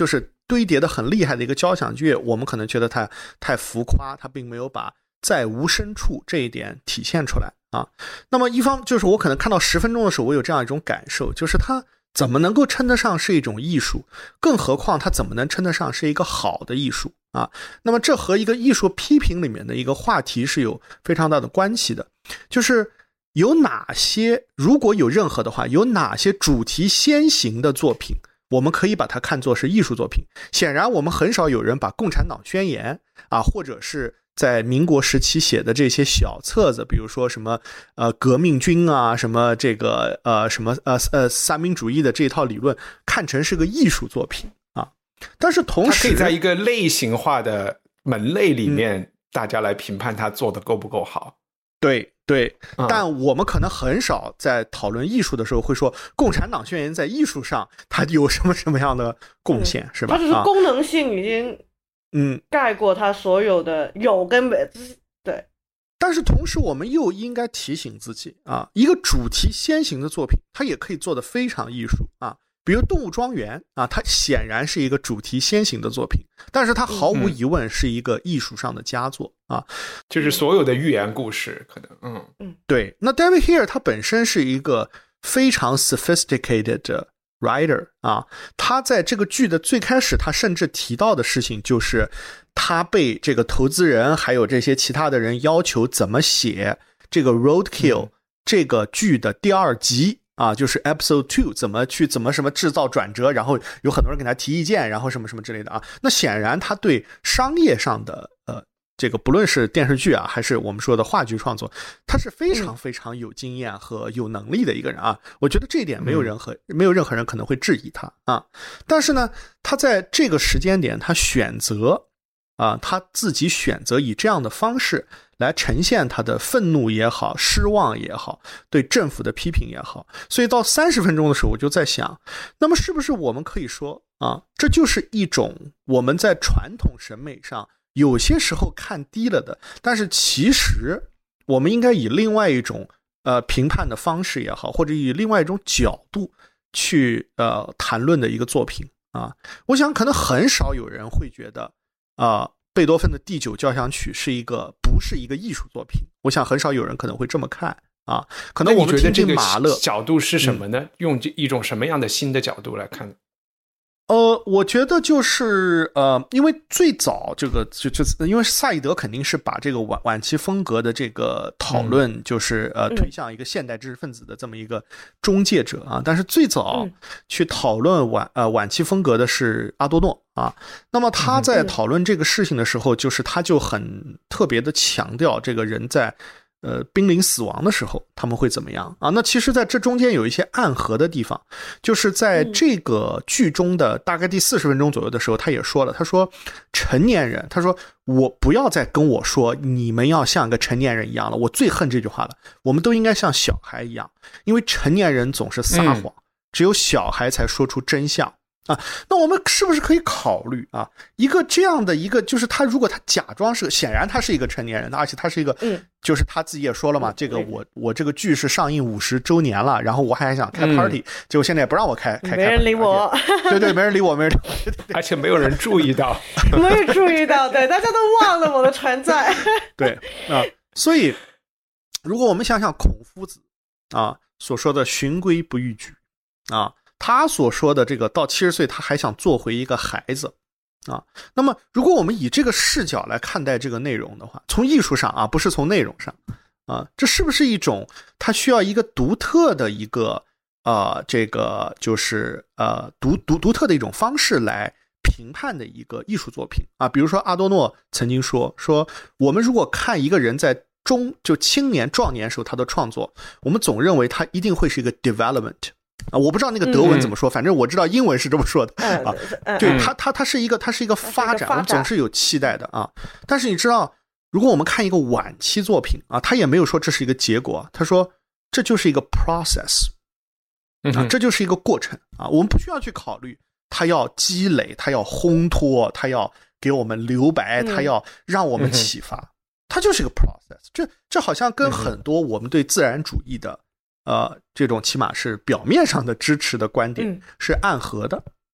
堆叠的很厉害的一个交响乐，我们可能觉得它太浮夸，它并没有把在无声处这一点体现出来啊。那么一方就是我可能看到10分钟的时候，我有这样一种感受，就是它怎么能够称得上是一种艺术，更何况它怎么能称得上是一个好的艺术啊？那么这和一个艺术批评里面的一个话题是有非常大的关系的，就是有哪些，如果有任何的话，有哪些主题先行的作品我们可以把它看作是艺术作品。显然我们很少有人把共产党宣言啊，或者是在民国时期写的这些小册子，比如说什么革命军啊，什么这个三民主义的这一套理论看成是个艺术作品啊。但是同时它可以在一个类型化的门类里面，大家来评判它做的够不够好。 对，但我们可能很少在讨论艺术的时候会说共产党宣言在艺术上它有什么样的贡献，是吧？ 它只是功能性已经盖过它所有的有跟没。对。 但是同时我们又应该提醒自己啊，一个主题先行的作品它也可以做得非常艺术啊。比如动物庄园啊，它显然是一个主题先行的作品，但是它毫无疑问是一个艺术上的佳作啊， 就是所有的寓言故事可能对。那 David Hare 他本身是一个非常 sophisticated 的 writer 啊，他在这个剧的最开始他甚至提到的事情就是他被这个投资人还有这些其他的人要求怎么写这个 Roadkill 这个剧的第2集啊，就是 episode 2怎么什么制造转折，然后有很多人给他提意见，然后什么什么之类的啊。那显然他对商业上的这个不论是电视剧啊还是我们说的话剧创作，他是非常非常有经验和有能力的一个人啊。我觉得这一点没有任何人可能会质疑他啊。但是呢，他在这个时间点他选择他自己选择以这样的方式来呈现他的愤怒也好，失望也好，对政府的批评也好。所以到30分钟的时候我就在想，那么是不是我们可以说啊，这就是一种我们在传统审美上有些时候看低了的，但是其实我们应该以另外一种评判的方式也好，或者以另外一种角度去谈论的一个作品啊。我想可能很少有人会觉得贝多芬的第9交响曲不是一个艺术作品，我想很少有人可能会这么看啊。可能我们听听马勒角度是什么呢？用一种什么样的新的角度来看？ 我觉得就是因为最早这个就因为萨义德肯定是把这个晚期风格的这个讨论就是推向一个现代知识分子的这么一个中介者啊，但是最早去讨论晚期风格的是阿多诺啊。那么他在讨论这个事情的时候，就是他就很特别的强调这个人在濒临死亡的时候他们会怎么样啊？那其实在这中间有一些暗合的地方，就是在这个剧中的大概第40分钟左右的时候，他也说了，他说成年人，他说我不要再跟我说你们要像个成年人一样了，我最恨这句话了，我们都应该像小孩一样，因为成年人总是撒谎，只有小孩才说出真相啊。那我们是不是可以考虑啊，一个这样的一个，就是他如果他假装是，显然他是一个成年人，而且他是一个就是他自己也说了嘛，这个我这个剧是上映50周年了，然后我还想开 party，结果现在也不让我开， 没人理我， 对，没人理我， 而且没有人注意到， 没有注意到，对，大家都忘了我的存在。 对所以如果我们想想孔夫子所说的循规不逾矩他所说的这个到70岁他还想做回一个孩子那么如果我们以这个视角来看待这个内容的话，从艺术上不是从内容上这是不是一种它需要一个独特的一个这个就是独特的一种方式来评判的一个艺术作品比如说阿多诺曾经说我们如果看一个人在就青年壮年时候他的创作，我们总认为他一定会是一个 development我不知道那个德文怎么说，反正我知道英文是这么说的对，它是一个发展，我们总是有期待的但是你知道，如果我们看一个晚期作品他也没有说这是一个结果，他说这就是一个 process这就是一个过程我们不需要去考虑它要积累，它要烘托，它要给我们留白，它要让我们启发它就是一个 process。 这好像跟很多我们对自然主义的这种起码是表面上的支持的观点是暗合的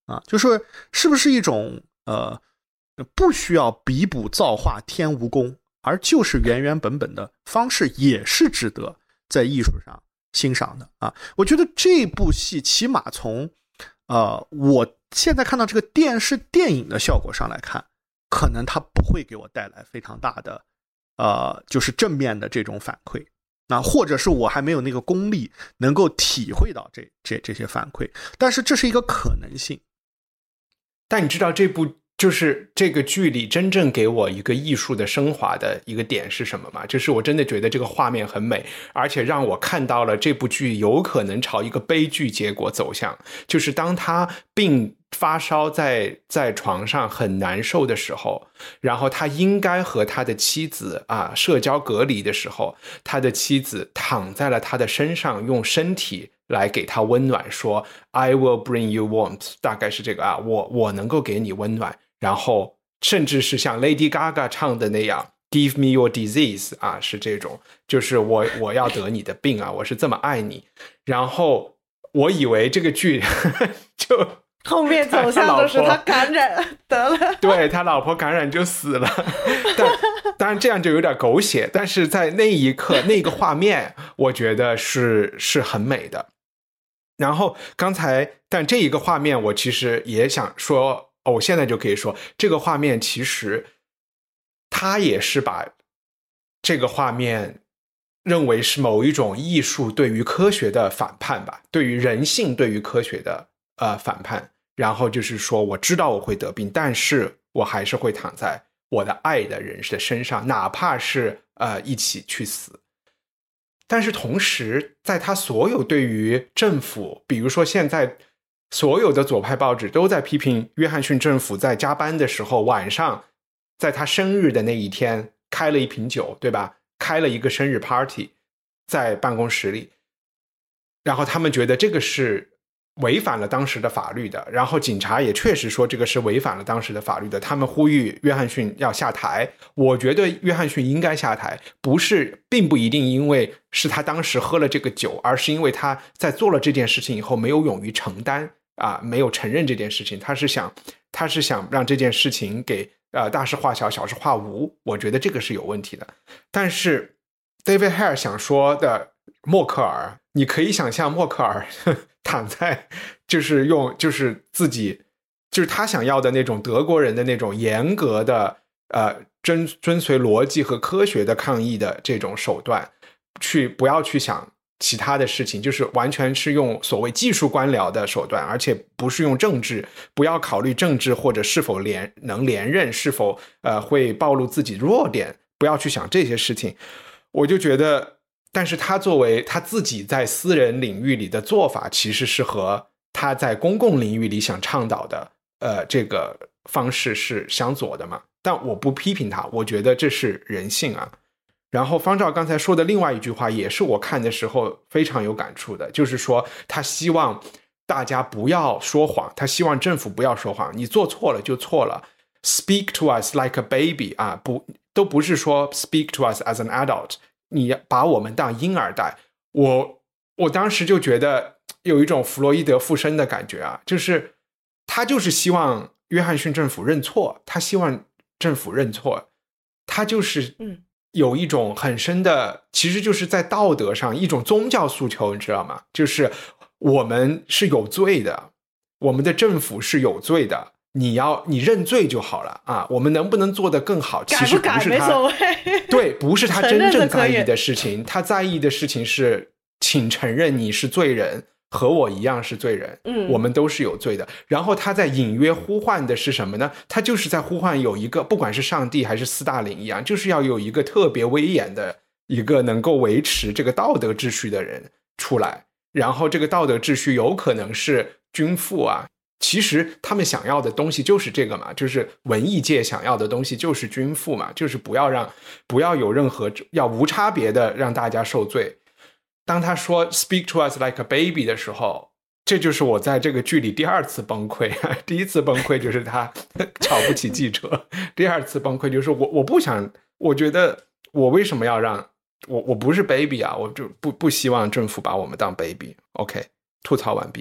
啊，就是是不是一种不需要比补造化天无功，而就是原原本本的方式也是值得在艺术上欣赏的啊。我觉得这部戏起码从我现在看到这个电视电影的效果上来看，可能它不会给我带来非常大的就是正面的这种反馈啊，或者是我还没有那个功力能够体会到这些反馈，但是这是一个可能性。 但你知道这部就是这个剧里真正给我一个艺术的升华的一个点是什么吗？就是我真的觉得这个画面很美，而且让我看到了这部剧有可能朝一个悲剧结果走向。就是当他病发烧在床上很难受的时候，然后他应该和他的妻子社交隔离的时候，他的妻子躺在了他的身上，用身体来给他温暖，说 I will bring you warmth， 大概是这个我能够给你温暖。然后甚至是像 Lady Gaga 唱的那样 Give me your disease 是这种，就是我要得你的病我是这么爱你。然后我以为这个剧就后面走向就是他感染得了， 对，他老婆感染就死了。当然这样就有点狗血，但是在那一刻那个画面我觉得是很美的。然后但这一个画面我其实也想说我现在就可以说这个画面其实他也是把这个画面认为是某一种艺术对于科学的反叛吧，对于人性对于科学的反叛。然后就是说我知道我会得病，但是我还是会躺在我的爱的人的身上，哪怕是一起去死。但是同时在他所有对于政府，比如说现在所有的左派报纸都在批评约翰逊政府在加班的时候晚上在他生日的那一天开了一瓶酒，对吧？开了一个生日 party 在办公室里，然后他们觉得这个是违反了当时的法律的，然后警察也确实说这个是违反了当时的法律的，他们呼吁约翰逊要下台。我觉得约翰逊应该下台，并不一定因为是他当时喝了这个酒，而是因为他在做了这件事情以后没有勇于承担没有承认这件事情，他是想让这件事情给大事化小小事化无，我觉得这个是有问题的。但是 David Hare 想说的默克尔，你可以想象默克尔躺在就是自己就是他想要的那种德国人的那种严格的遵随逻辑和科学的抗议的这种手段，不要去想其他的事情，就是完全是用所谓技术官僚的手段，而且不是用政治，不要考虑政治或者是否能连任，是否会暴露自己弱点，不要去想这些事情。我就觉得但是他作为他自己在私人领域里的做法其实是和他在公共领域里想倡导的这个方式是相左的嘛。但我不批评他，我觉得这是人性啊。然后方照刚才说的另外一句话也是我看的时候非常有感触的，就是说他希望大家不要说谎，他希望政府不要说谎，你做错了就错了， speak to us like a baby 都不是说 speak to us as an adult， 你把我们当婴儿待。我当时就觉得有一种弗洛伊德附身的感觉就是他就是希望约翰逊政府认错，他希望政府认错，他就是有一种很深的，其实就是在道德上一种宗教诉求，你知道吗？就是我们是有罪的，我们的政府是有罪的，你认罪就好了我们能不能做得更好，其实不是他， 没所谓， 对，不是他真正在意的事情，他在意的事情是请承认你是罪人，和我一样是罪人，我们都是有罪的。然后他在隐约呼唤的是什么呢？他就是在呼唤有一个，不管是上帝还是斯大林一样，就是要有一个特别威严的一个能够维持这个道德秩序的人出来。然后这个道德秩序有可能是君父其实他们想要的东西就是这个嘛，就是文艺界想要的东西就是君父嘛，就是不要有任何，要无差别的让大家受罪。当他说 speak to us like a baby 的时候，这就是我在这个剧里第二次崩溃。第一次崩溃就是他瞧不起记者，第二次崩溃就是我不想，我觉得我为什么要让我不是 baby 我就不希望政府把我们当 baby。 OK， 吐槽完毕。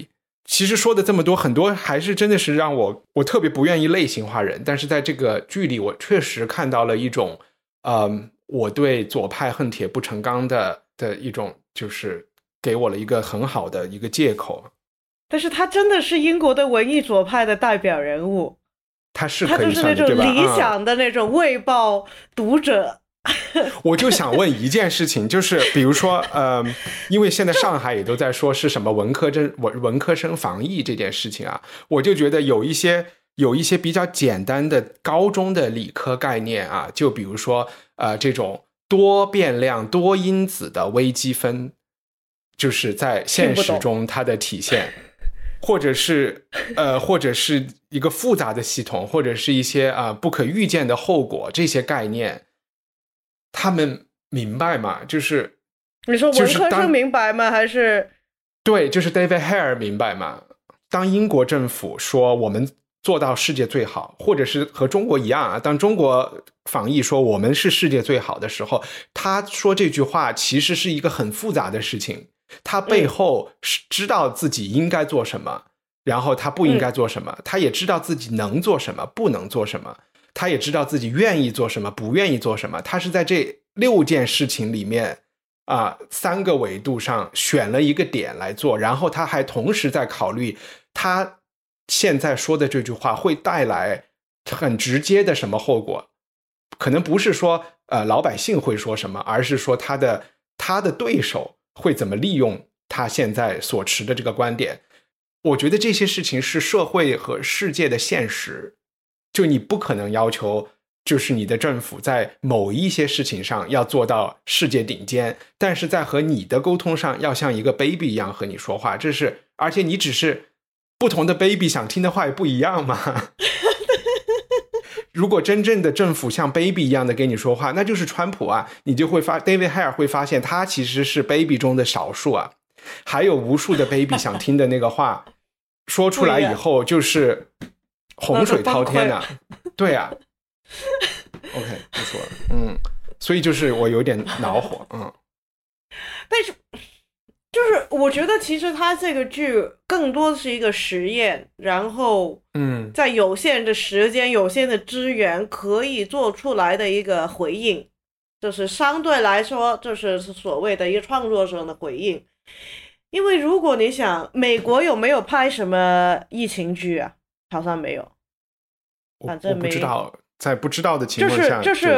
其实说的这么多，很多还是真的是让我特别不愿意类型化人，但是在这个剧里，我确实看到了一种，我对左派恨铁不成钢的一种，就是给我了一个很好的一个借口。 但是他真的是英国的文艺左派的代表人物， 他是可以算的， 他就是那种理想的那种卫报读者。 我就想问一件事情，就是比如说因为现在上海也都在说是什么文科生防疫这件事情啊，我就觉得有一些比较简单的高中的理科概念啊，就比如说这种多变量多因子的微积分，就是在现实中它的体现，或者是一个复杂的系统，或者是一些不可预见的后果，这些概念他们明白吗？就是你说文科生明白吗？还是对，就是 David Hare 明白吗？当英国政府说我们做到世界最好，或者是和中国一样啊，当中国防疫说我们是世界最好的时候，他说这句话其实是一个很复杂的事情，他背后知道自己应该做什么，然后他不应该做什么，他也知道自己能做什么不能做什么，他也知道自己愿意做什么不愿意做什么，他是在这6件事情里面3个维度上选了一个点来做，然后他还同时在考虑他现在说的这句话会带来很直接的什么后果，可能不是说老百姓会说什么，而是说他的对手会怎么利用他现在所持的这个观点。我觉得这些事情是社会和世界的现实，就你不可能要求就是你的政府在某一些事情上要做到世界顶尖，但是在和你的沟通上要像一个 baby 一样和你说话，而且你只是不同的 baby 想听的话也不一样嘛。如果真正的政府像 baby 一样的跟你说话，那就是川普啊，你就会David Hare 会发现他其实是 baby 中的少数啊，还有无数的 baby 想听的那个话说出来以后就是洪水滔天啊。对啊OK 不说了。所以就是我有点恼火。 但是就是我觉得其实他这个剧更多的是一个实验，然后在有限的时间有限的资源可以做出来的一个回应，就是相对来说就是所谓的一个创作者的回应。因为如果你想美国有没有拍什么疫情剧啊，好像没有，反正没有。我不知道， 在不知道的情况下，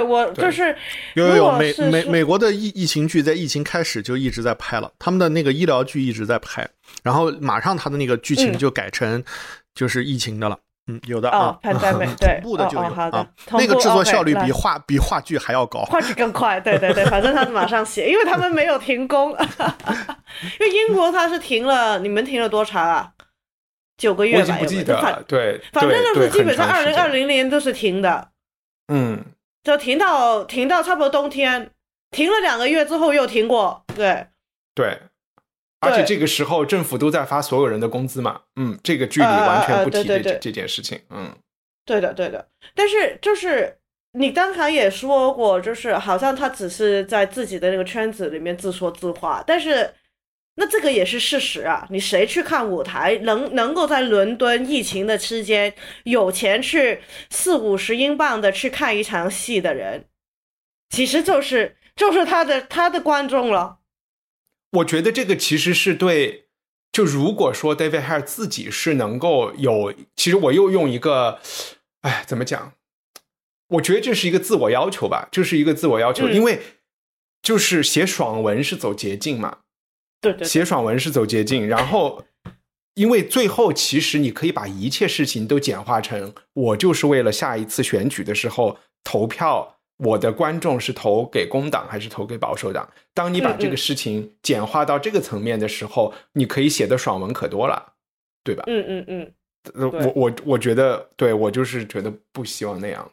美国的疫情剧在疫情开始就一直在拍了，他们的那个医疗剧一直在拍，然后马上他的那个剧情就改成就是疫情的了。有的对， 同步的就有好的， 那个制作效率比话剧还要高， 话剧更快。对，反正他们马上写，因为他们没有停工。因为英国他是停了，你们停了多长啊？9个月吧， 我已经不记得了。对， 反正就是基本上2020年都是停的。就停到差不多冬天，停了2个月之后又停过。对， 而且这个时候政府都在发所有人的工资嘛。这个剧里完全不提这件事情。 对的。但是就是你刚才也说过，就是好像他只是在自己的那个圈子里面自说自话，但是那这个也是事实啊！你谁去看舞台，能够在伦敦疫情的期间有钱去40-50英镑的去看一场戏的人，其实就是他的观众了。 我觉得这个其实是对，就如果说 David Hare 自己是能够有，其实我又用一个，怎么讲？我觉得这是一个自我要求吧，这是一个自我要求，因为就是写爽文是走捷径嘛。 对， 写爽文是走捷径，然后因为最后其实你可以把一切事情都简化成我就是为了下一次选举的时候投票，我的观众是投给工党还是投给保守党。当你把这个事情简化到这个层面的时候，你可以写的爽文可多了，对吧？我觉得，对，我就是觉得不希望那样。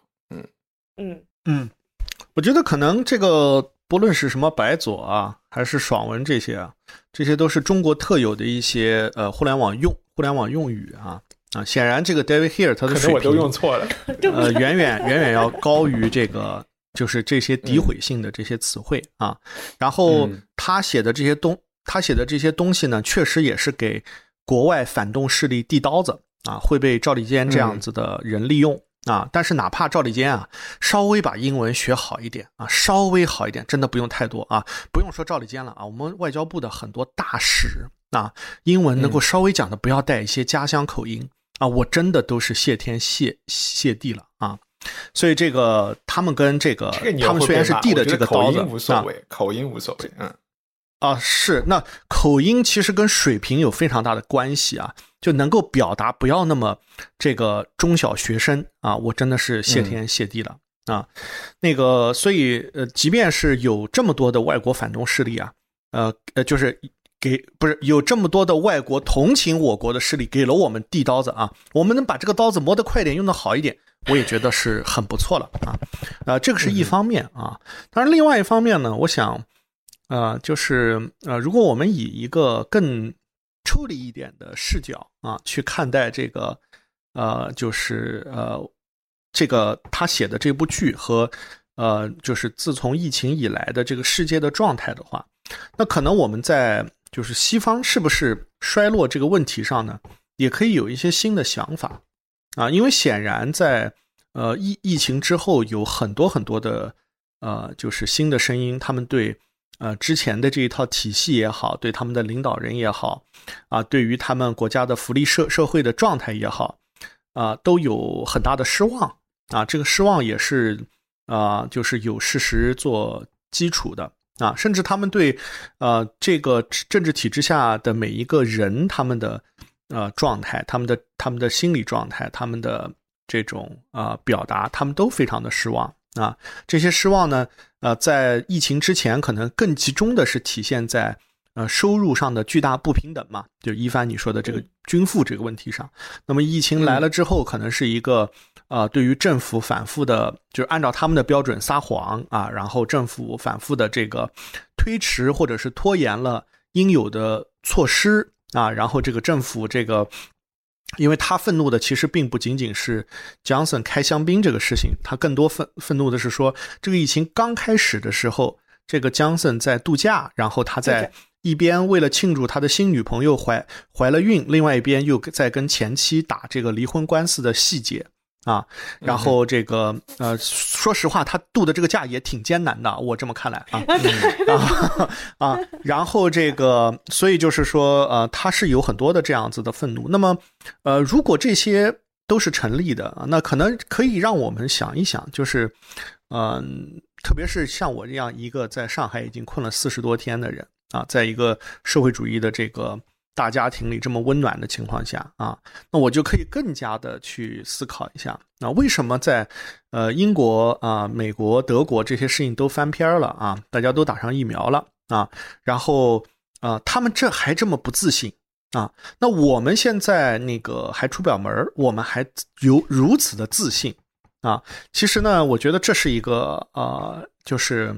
我觉得可能这个不论是什么白左啊，还是爽文这些啊，这些都是中国特有的一些互联网用语啊。显然这个 David Hare 他的水平可能我都用错了， 远远要高于这个就是这些诋毁性的这些词汇啊。然后他写的这些东西呢，确实也是给国外反动势力递刀子啊，会被赵立坚这样子的人利用啊。但是哪怕赵立坚啊稍微把英文学好一点啊，稍微好一点，真的不用太多啊，不用说赵立坚了啊，我们外交部的很多大使啊，英文能够稍微讲的不要带一些家乡口音啊，我真的都是谢天谢地了啊。所以这个他们跟这个他们虽然是递的这个刀子， 口音无所谓，口音无所谓， 是，那口音其实跟水平有非常大的关系啊，就能够表达不要那么这个中小学生啊，我真的是谢天谢地了啊。那个，所以即便是有这么多的外国反动势力啊，就是不是有这么多的外国同情我国的势力给了我们递刀子啊，我们能把这个刀子磨得快点，用得好一点，我也觉得是很不错了啊。这个是一方面啊，当然另外一方面呢，我想。就是如果我们以一个更抽离一点的视角啊去看待这个就是这个他写的这部剧和就是自从疫情以来的这个世界的状态的话，那可能我们在就是西方是不是衰落这个问题上呢，也可以有一些新的想法啊，因为显然在疫情之后有很多很多的就是新的声音，他们对之前的这一套体系也好，对他们的领导人也好啊，对于他们国家的福利社会的状态也好都有很大的失望啊。这个失望也是就是有事实做基础的啊，甚至他们对这个政治体制下的每一个人他们的状态，他们的心理状态，他们的这种表达，他们都非常的失望啊。这些失望呢在疫情之前可能更集中的是体现在收入上的巨大不平等嘛，就一帆你说的这个均富这个问题上。那么疫情来了之后，可能是一个对于政府反复的就是按照他们的标准撒谎啊，然后政府反复的这个推迟或者是拖延了应有的措施啊，然后这个政府这个因为他愤怒的其实并不仅仅是 Johnson 开香槟这个事情，他更多愤怒的是说这个疫情刚开始的时候，这个 Johnson 在度假，然后他在一边为了庆祝他的新女朋友怀了孕，另外一边又在跟前妻打这个离婚官司的细节啊，然后这个说实话他度的这个假也挺艰难的，我这么看来然后这个所以就是说他是有很多的这样子的愤怒。那么如果这些都是成立的，那可能可以让我们想一想，就是特别是像我这样一个在上海已经困了40多天的人啊，在一个社会主义的这个大家庭里这么温暖的情况下啊，那我就可以更加的去思考一下，那为什么在英国啊、美国、德国这些事情都翻篇了啊，大家都打上疫苗了啊，然后他们还这么不自信啊，那我们现在那个还出不了门，我们还有如此的自信啊，其实呢，我觉得这是一个就是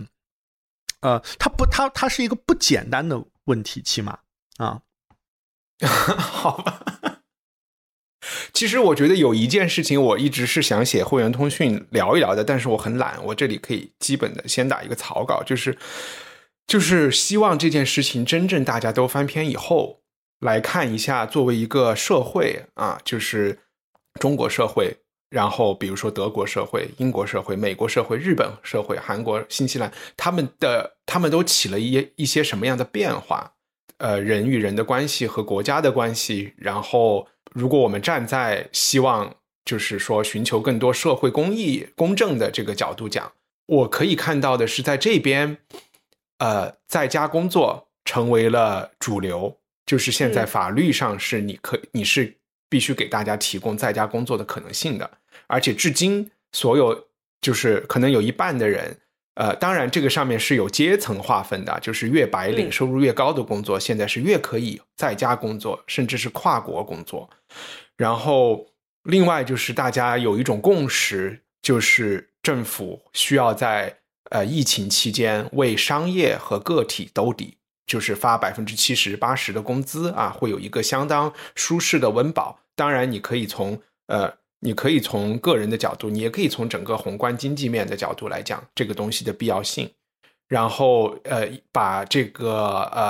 它是一个不简单的问题，起码啊。 好吧，其实我觉得有一件事情我一直是想写会员通讯聊一聊的，但是我很懒，我这里可以基本的先打一个草稿，就是希望这件事情真正大家都翻篇以后来看一下，作为一个社会啊，就是中国社会，然后比如说德国社会、英国社会、美国社会、日本社会、韩国、新西兰，他们都起了一些什么样的变化，人与人的关系和国家的关系，然后如果我们站在希望就是说寻求更多社会公义公正的这个角度讲，我可以看到的是在这边在家工作成为了主流，就是现在法律上是你是必须给大家提供在家工作的可能性的，而且至今所有就是可能有一半的人当然这个上面是有阶层划分的，就是越白领收入越高的工作现在是越可以在家工作，甚至是跨国工作。然后另外就是大家有一种共识，就是政府需要在疫情期间为商业和个体兜底，就是发70%、80%的工资啊，会有一个相当舒适的温饱。当然你可以从个人的角度，你也可以从整个宏观经济面的角度来讲这个东西的必要性。然后把这个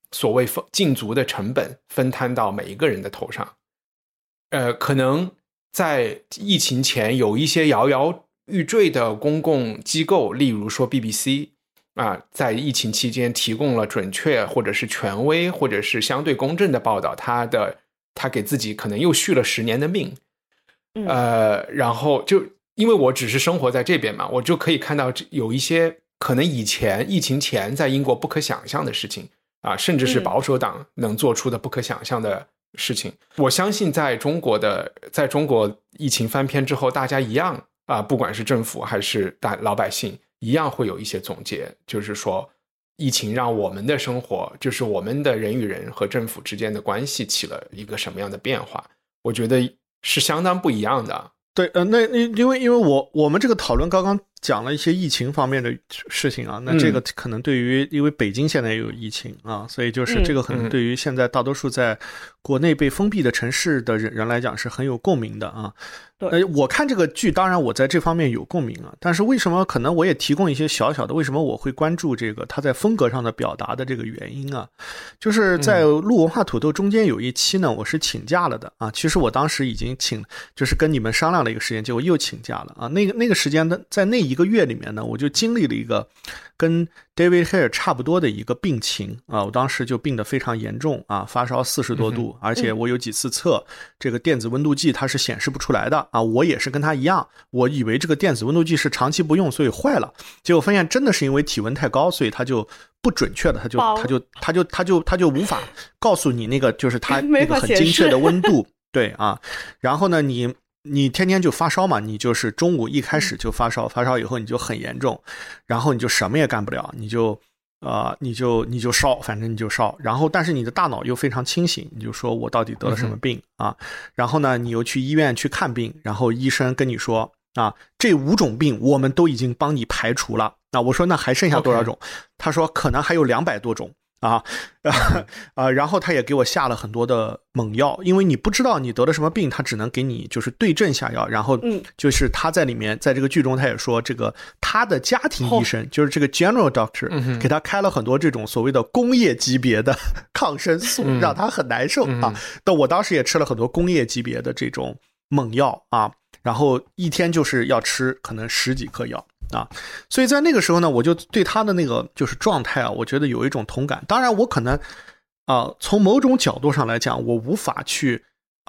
所谓禁足的成本分摊到每一个人的头上。可能在疫情前有一些摇摇欲坠的公共机构，例如说 BBC 在疫情期间提供了准确或者是权威或者是相对公正的报道，他给自己可能又续了10年的命。然后就因为我只是生活在这边嘛，我就可以看到有一些可能以前疫情前在英国不可想象的事情甚至是保守党能做出的不可想象的事情。我相信在中国疫情翻篇之后，大家一样不管是政府还是老百姓一样会有一些总结，就是说疫情让我们的生活，就是我们的人与人和政府之间的关系起了一个什么样的变化，我觉得是相当不一样的。 对，那因为我们这个讨论刚刚讲了一些疫情方面的事情啊，那这个可能对于因为北京现在也有疫情所以就是这个可能对于现在大多数在国内被封闭的城市的人来讲是很有共鸣的我看这个剧，当然我在这方面有共鸣但是为什么可能我也提供一些小小的为什么我会关注这个他在风格上的表达的这个原因就是在录文化土豆中间有一期呢，我是请假了的其实我当时已经就是跟你们商量了一个时间，结果又请假了那个时间的在那1个月里面呢，我就经历了一个跟 David Hare 差不多的一个病情我当时就病得非常严重发烧40多度而且我有几次测这个电子温度计它是显示不出来的我也是跟他一样，我以为这个电子温度计是长期不用所以坏了，结果发现真的是因为体温太高，所以它就不准确的，它就无法告诉你那个就是它那个很精确的温度对然后呢你天天就发烧嘛，你就是中午一开始就发烧以后你就很严重，然后你就什么也干不了，你就烧，反正你就烧，然后但是你的大脑又非常清醒，你就说我到底得了什么病然后呢你又去医院去看病，然后医生跟你说这5种病我们都已经帮你排除了我说那还剩下多少种他说可能还有200多种然后他也给我下了很多的猛药，因为你不知道你得了什么病，他只能给你就是对症下药，然后就是他在里面在这个剧中他也说这个他的家庭医生就是这个 general doctor 给他开了很多这种所谓的工业级别的抗生素让他很难受但我当时也吃了很多工业级别的这种猛药然后一天就是要吃可能10几颗药所以在那个时候呢，我就对他的那个就是状态我觉得有一种同感。当然我可能从某种角度上来讲我无法去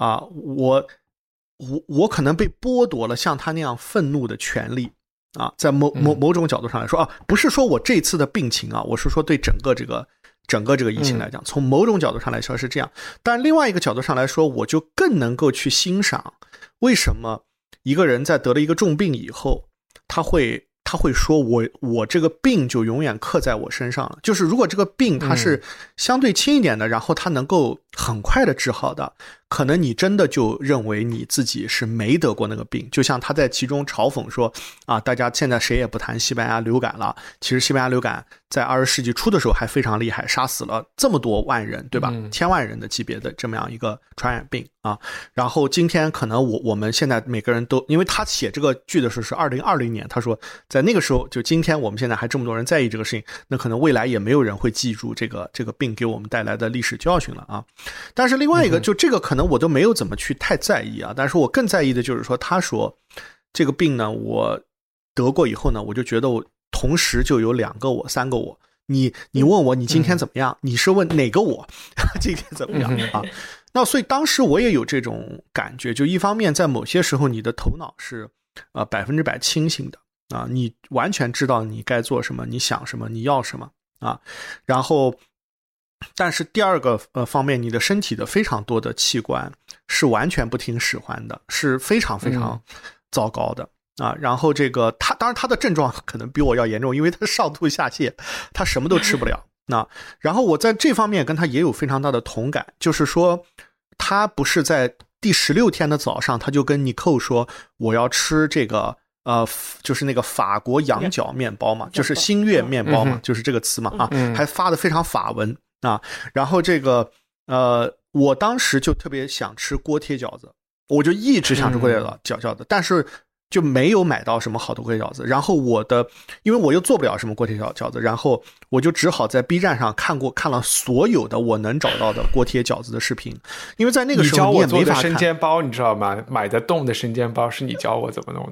我可能被剥夺了像他那样愤怒的权利在某种角度上来说不是说我这次的病情我是说对整个这个疫情来讲从某种角度上来说是这样，但另外一个角度上来说我就更能够去欣赏为什么一个人在得了一个重病以后他会说我这个病就永远刻在我身上了，就是如果这个病它是相对轻一点的然后它能够很快的治好的，可能你真的就认为你自己是没得过那个病。就像他在其中嘲讽说大家现在谁也不谈西班牙流感了，其实西班牙流感在20世纪初的时候还非常厉害，杀死了这么多万人对吧1000万人的级别的这么样一个传染病然后今天可能我们现在每个人都，因为他写这个剧的时候是2020年，他说在那个时候就今天我们现在还这么多人在意这个事情，那可能未来也没有人会记住这个病给我们带来的历史教训了但是另外一个就这个可能我都没有怎么去太在意但是我更在意的就是说他说这个病呢我得过以后呢，我就觉得我同时就有2个我3个我，你问我你今天怎么样你是问哪个我今天怎么样那所以当时我也有这种感觉，就一方面在某些时候你的头脑是100%清醒的你完全知道你该做什么，你想什么，你要什么然后但是第二个方面，你的身体的非常多的器官是完全不听使唤的，是非常非常糟糕的然后这个当然他的症状可能比我要严重，因为他上吐下泻，他什么都吃不了然后我在这方面跟他也有非常大的同感，就是说他不是在第16天的早上他就跟尼寇说我要吃这个就是那个法国羊角面包嘛，就是新月面包嘛就是这个词嘛还发的非常法文然后这个我当时就特别想吃锅贴饺子，我就一直想吃锅贴饺子但是就没有买到什么好的锅贴饺子，然后因为我又做不了什么锅贴饺子，然后我就只好在 B 站上看了所有的我能找到的锅贴饺子的视频，因为在那个时候你也没法看。 你教我做的生煎包，你知道吗？买的冻的生煎包是你教我怎么弄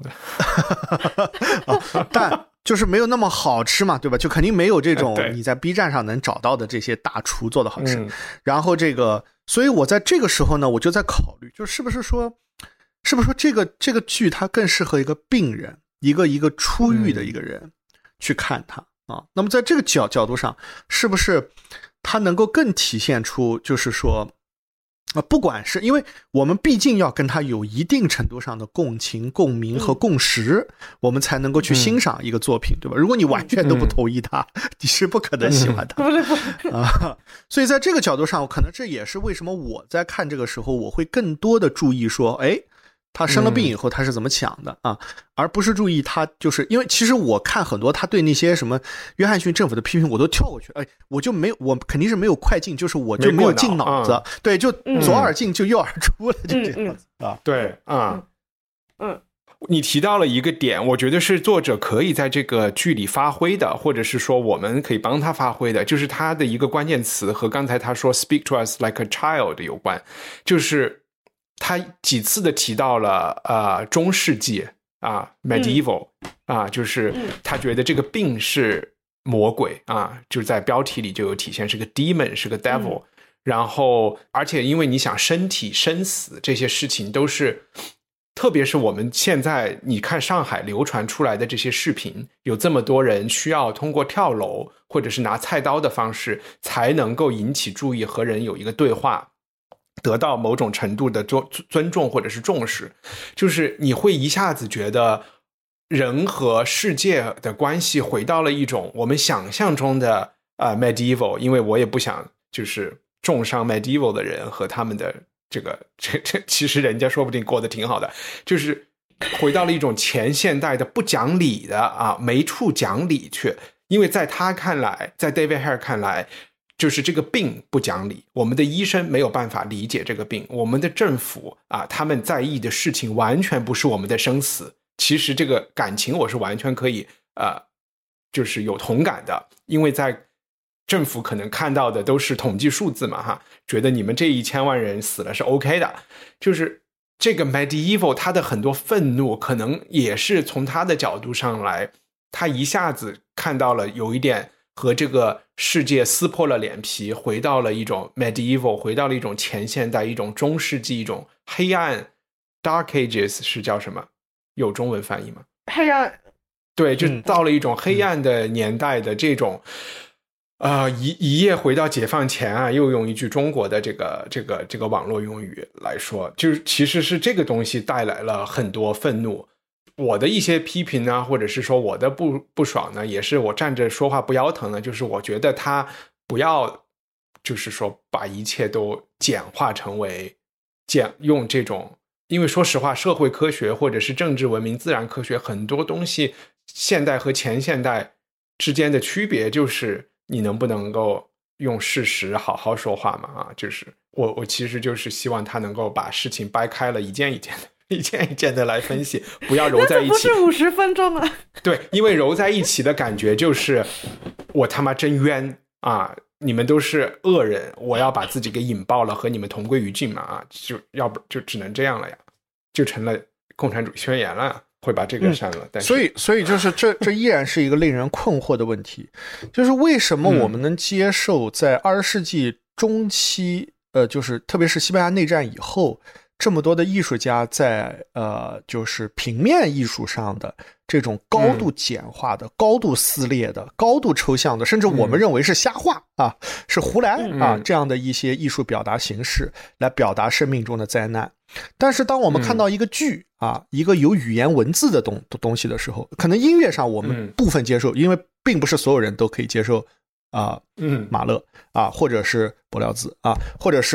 的。 但就是没有那么好吃嘛，对吧？就肯定没有这种你在 B 站上能找到的这些大厨做的好吃。然后所以我在这个时候呢，我就在考虑，就是不是说这个剧它更适合一个病人，一个出狱的一个人去看它啊？那么在这个角度上，是不是它能够更体现出，就是说不管是因为我们毕竟要跟他有一定程度上的共情、共鸣和共识，我们才能够去欣赏一个作品，对吧？如果你完全都不同意他，你是不可能喜欢他。所以在这个角度上，可能这也是为什么我在看这个时候，我会更多的注意说，他生了病以后他是怎么想的啊，而不是注意他，就是因为其实我看很多他对那些什么约翰逊政府的批评我都跳过去，我肯定是没有快进，就是我就没有进脑子，对，就左耳进就右耳出了，就这样子啊， 对啊，你提到了一个点，我觉得是作者可以在这个剧里发挥的，或者是说我们可以帮他发挥的，就是他的一个关键词和刚才他说 speak to us like a child 有关，就是他几次的提到了中世纪啊 medieval 就是他觉得这个病是魔鬼啊，就在标题里就有体现，是个 demon 是个 devil，然后而且因为你想身体生死这些事情都是，特别是我们现在你看上海流传出来的这些视频，有这么多人需要通过跳楼或者是拿菜刀的方式才能够引起注意和人有一个对话，得到某种程度的尊重或者是重视，就是你会一下子觉得人和世界的关系回到了一种我们想象中的medieval， 因为我也不想就是重伤 medieval 的人和他们的这其实人家说不定过得挺好的，就是回到了一种前现代的不讲理的没处讲理去，因为在他看来，在 David Hare 看来，就是这个病不讲理，我们的医生没有办法理解这个病，我们的政府他们在意的事情完全不是我们的生死，其实这个感情我是完全可以就是有同感的，因为在政府可能看到的都是统计数字嘛觉得你们这1000万人死了是 OK 的，就是这个 medieval 他的很多愤怒可能也是从他的角度上来，他一下子看到了有一点和这个世界撕破了脸皮，回到了一种 medieval， 回到了一种前现代，一种中世纪，一种黑暗 dark ages 是叫什么？有中文翻译吗？ 黑暗， 对，就到了一种黑暗的年代的这种一夜回到解放前又用一句中国的这个网络用语来说，就是其实是这个东西带来了很多愤怒。我的一些批评呢，或者是说我的不爽呢，也是我站着说话不腰疼的，就是我觉得他不要就是说把一切都简化成为用这种，因为说实话社会科学或者是政治文明自然科学很多东西现代和前现代之间的区别就是你能不能够用事实好好说话嘛就是我其实就是希望他能够把事情掰开了一件一件的来分析，不要揉在一起。 这不是50分钟啊？对， 因为揉在一起的感觉就是我他妈真冤你们都是恶人，我要把自己给引爆了，和你们同归于尽嘛就要不就只能这样了呀，就成了共产主义宣言了，会把这个删了。但是所以就是这依然是一个令人困惑的问题，就是为什么我们能接受在20世纪中期就是特别是西班牙内战以后，这么多的艺术家在就是平面艺术上的这种高度简化的、高度撕裂的、高度抽象的，甚至我们认为是瞎话是胡来这样的一些艺术表达形式来表达生命中的灾难。但是当我们看到一个剧一个有语言文字的东西的时候，可能音乐上我们部分接受，因为并不是所有人都可以接受马勒或者是柏辽兹或者是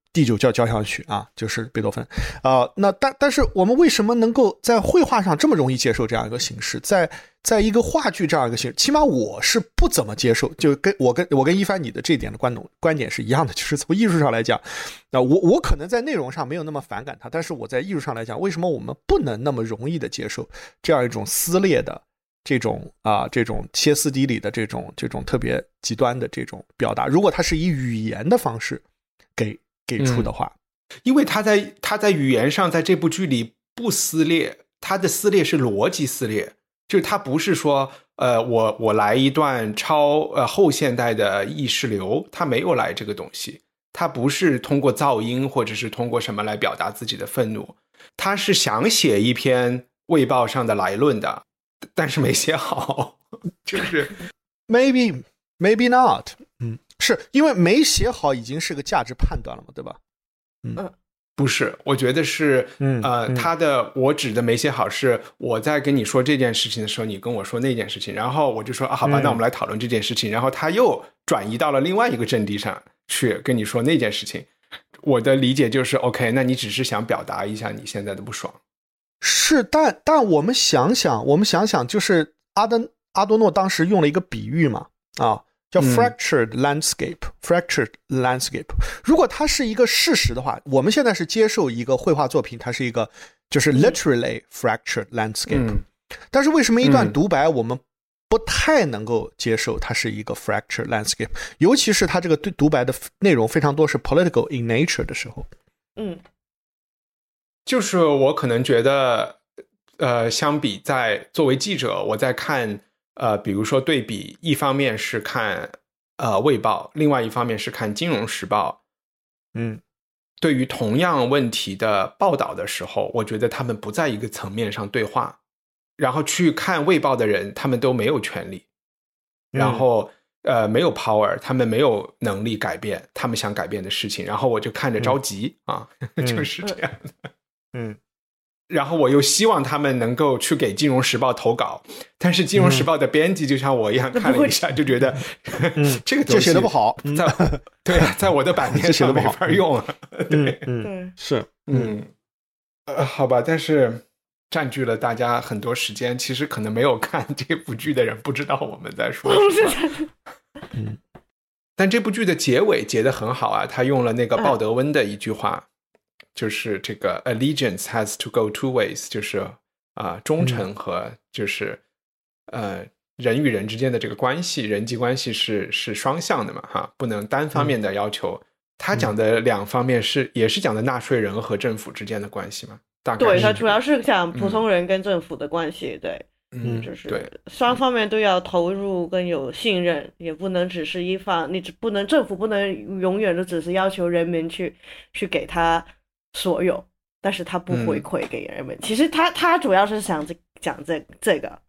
第9交响曲啊，就是贝多芬。那但是我们为什么能够在绘画上这么容易接受这样一个形式，在一个话剧这样一个形式，起码我是不怎么接受，就跟一帆你的这一点的观点是一样的，就是从艺术上来讲，我可能在内容上没有那么反感它，但是我在艺术上来讲，为什么我们不能那么容易的接受这样一种撕裂的这种歇斯底里的这种特别极端的这种表达，如果它是以语言的方式给出的话， 因为他在语言上在这部剧里不撕裂，他的撕裂是逻辑撕裂，就是他不是说我来一段后现代的意识流，他没有来这个东西，他不是通过噪音或者是通过什么来表达自己的愤怒，他是想写一篇卫报上的来论的，但是没写好，就是 maybe not， 是因为没写好已经是个价值判断了嘛，对吧？ 不是，我觉得是他的我指的没写好是我在跟你说这件事情的时候，你跟我说那件事情，然后我就说好吧，那我们来讨论这件事情，然后他又转移到了另外一个阵地上去跟你说那件事情。我的理解就是 OK， 那你只是想表达一下你现在的不爽。 是，但我们想想，就是阿多诺当时用了一个比喻嘛，叫 fractured landscape。如果它是一个事实的话，我们现在是接受一个绘画作品，它是一个就是 literally fractured landscape。但是为什么一段独白我们不太能够接受它是一个 fractured landscape？ 尤其是它这个独白的内容非常多是 political in nature 的时候。 就是我可能觉得相比在作为记者我在看比如说对比，一方面是看卫报，另外一方面是看金融时报，对于同样问题的报道的时候，我觉得他们不在一个层面上对话，然后去看卫报的人他们都没有权利，然后没有 power， 他们没有能力改变他们想改变的事情，然后我就看着着急就是这样的。然后我又希望他们能够去给金融时报投稿，但是金融时报的编辑就像我一样看了一下就觉得这个东西写的不好， 对啊，在我的版面上没法用啊。对， 是好吧，但是占据了大家很多时间，其实可能没有看这部剧的人不知道我们在说什么。但这部剧的结尾结得很好啊，他用了那个鲍德温的一句话，就是这个 allegiance has to go two ways， 就是忠诚和就是人与人之间的这个关系，人际关系是双向的嘛，不能单方面的要求。他讲的两方面也是讲的纳税人和政府之间的关系嘛，大概对，他主要是讲普通人跟政府的关系，对，就是双方面都要投入跟有信任，也不能只是一方，你不能政府不能永远都只是要求人民去给他所有，但是他不回馈给人们。其实他主要是想讲这个，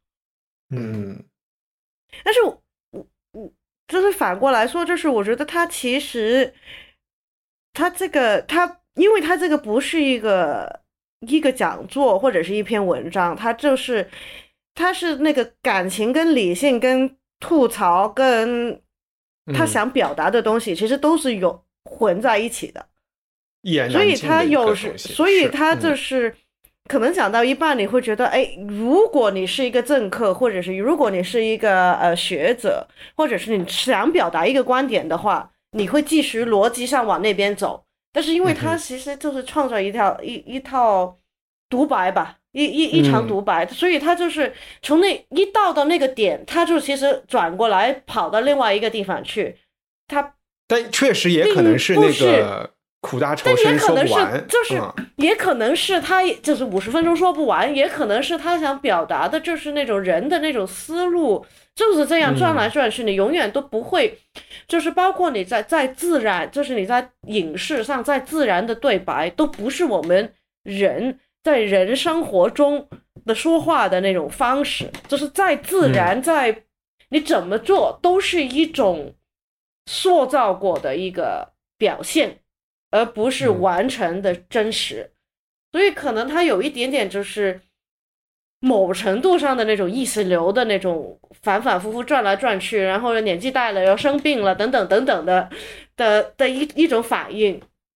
但是我就是反过来说，就是我觉得他其实他因为他这个不是一个讲座或者是一篇文章，他是那个感情跟理性跟吐槽跟他想表达的东西，其实都是有混在一起的。所以他就是可能讲到一半你会觉得如果你是一个政客，或者是如果你是一个学者，或者是你想表达一个观点的话，你会继续逻辑上往那边走。但是因为他其实就是创造一套独白吧，一场独白，所以他就是从那一到那个点，他就其实转过来跑到另外一个地方去。 但确实也可能是那个苦大仇深说不完， 也可能是他就是50分钟说不完，也可能是他想表达的就是那种人的那种思路就是这样转来转去，你永远都不会，就是包括你在自然，就是你在影视上在自然的对白都不是我们人在人生活中的说话的那种方式，就是再自然，在你怎么做都是一种塑造过的一个表现，而不是完全的真实。所以可能他有一点点就是某程度上的那种意识流的那种反反复复转来转去，然后年纪大了又生病了等等等等的一种反应。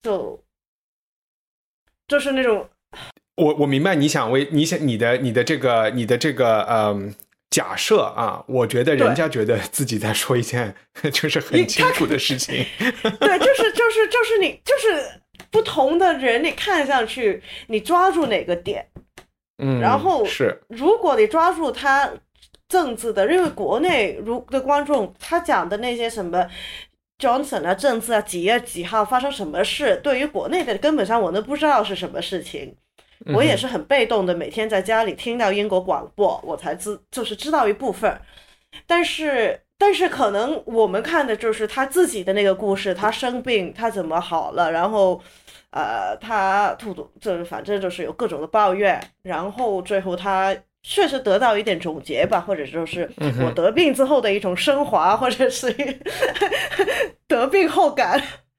就是那种。 我明白你的这个假设啊，我觉得人家觉得自己在说一件就是很清楚的事情。 对，就是你就是不同的人，你看上去你抓住哪个点，然后是如果你抓住他政治的，因为国内的观众他讲的那些什么 Johnson 啊政治啊几月几号发生什么事，对于国内的根本上我都不知道是什么事情。我也是很被动的，每天在家里听到英国广播，我才就是知道一部分。但是可能我们看的就是他自己的那个故事，他生病，他怎么好了，然后他就是反正就是有各种的抱怨，然后最后他确实得到一点总结吧，或者就是我得病之后的一种升华，或者是得病后感。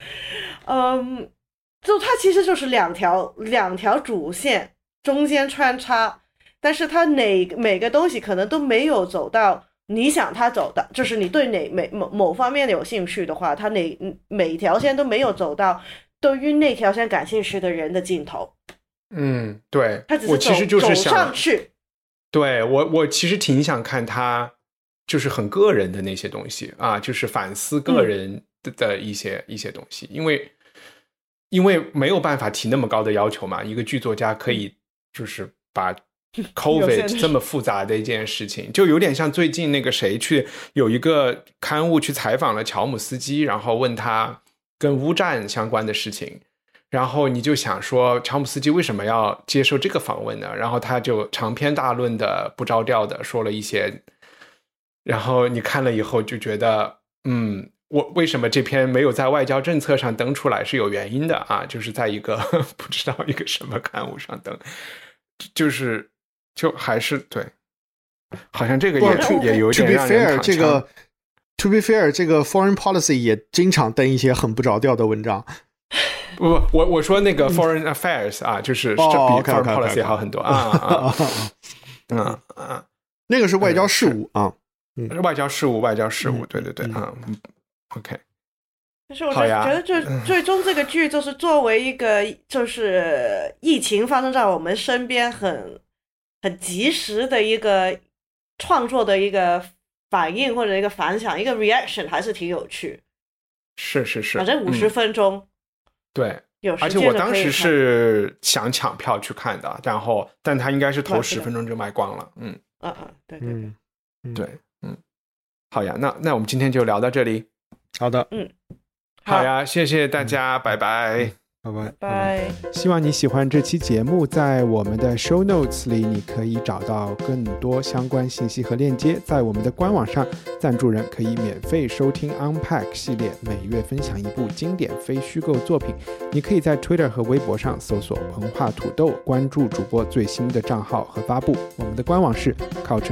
就它其实就是两条主线中间穿插，但是它每个东西可能都没有走到你想它走的，就是你对某方面有兴趣的话，它每一条线都没有走到对于那条线感兴趣的人的尽头。 对， 它只是我其实就是走上去。 对，我其实挺想看他就是很个人的那些东西啊，就是反思个人的一些东西，因为没有办法提那么高的要求嘛，一个剧作家可以就是把 COVID 这么复杂的一件事情，就有点像最近那个谁有一个刊物去采访了乔姆斯基，然后问他跟乌战相关的事情，然后你就想说乔姆斯基为什么要接受这个访问呢？然后他就长篇大论的不着调的说了一些，然后你看了以后就觉得我为什么这篇没有在外交政策上登出来是有原因的啊，就是在一个不知道一个什么刊物上登，就还是对，好像这个也有点让人躺枪。 To be fair， 这个 Foreign Policy 也经常登一些很不着调的文章。 不，我说那个 Foreign Affairs 啊，就是比 Foreign Policy 好很多那个是外交事务啊， 外交事务，对OK。 但是我觉得最终这个剧就是作为一个就是疫情发生在我们身边很及时的一个创作的一个反应或者一个反响，一个 reaction 还是挺有趣。 是， 反正50分钟。 对，而且我当时是想抢票去看的，但他应该是头10分钟就卖光了。对，好呀，那我们今天就聊到这里。 好的， 好呀，谢谢大家，拜拜。 拜拜。 希望你喜欢这期节目，在我们的 show notes 里你可以找到更多相关信息和链接。在我们的官网上，赞助人可以免费收听 Unpack 系列，每月分享一部经典非虚构作品。你可以在 Twitter 和微博上搜索文化土豆，关注主播最新的账号和发布。我们的官网是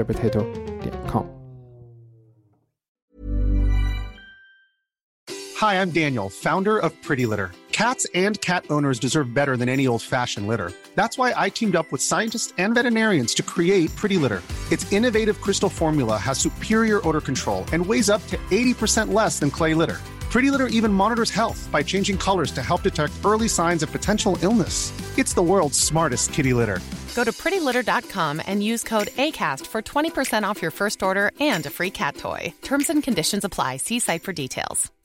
culturepotato.com。Hi, I'm Daniel, founder of Pretty Litter. Cats and cat owners deserve better than any old-fashioned litter. That's why I teamed up with scientists and veterinarians to create Pretty Litter. Its innovative crystal formula has superior odor control and weighs up to 80% less than clay litter. Pretty Litter even monitors health by changing colors to help detect early signs of potential illness. It's the world's smartest kitty litter. Go to prettylitter.com and use code ACAST for 20% off your first order and a free cat toy. Terms and conditions apply. See site for details.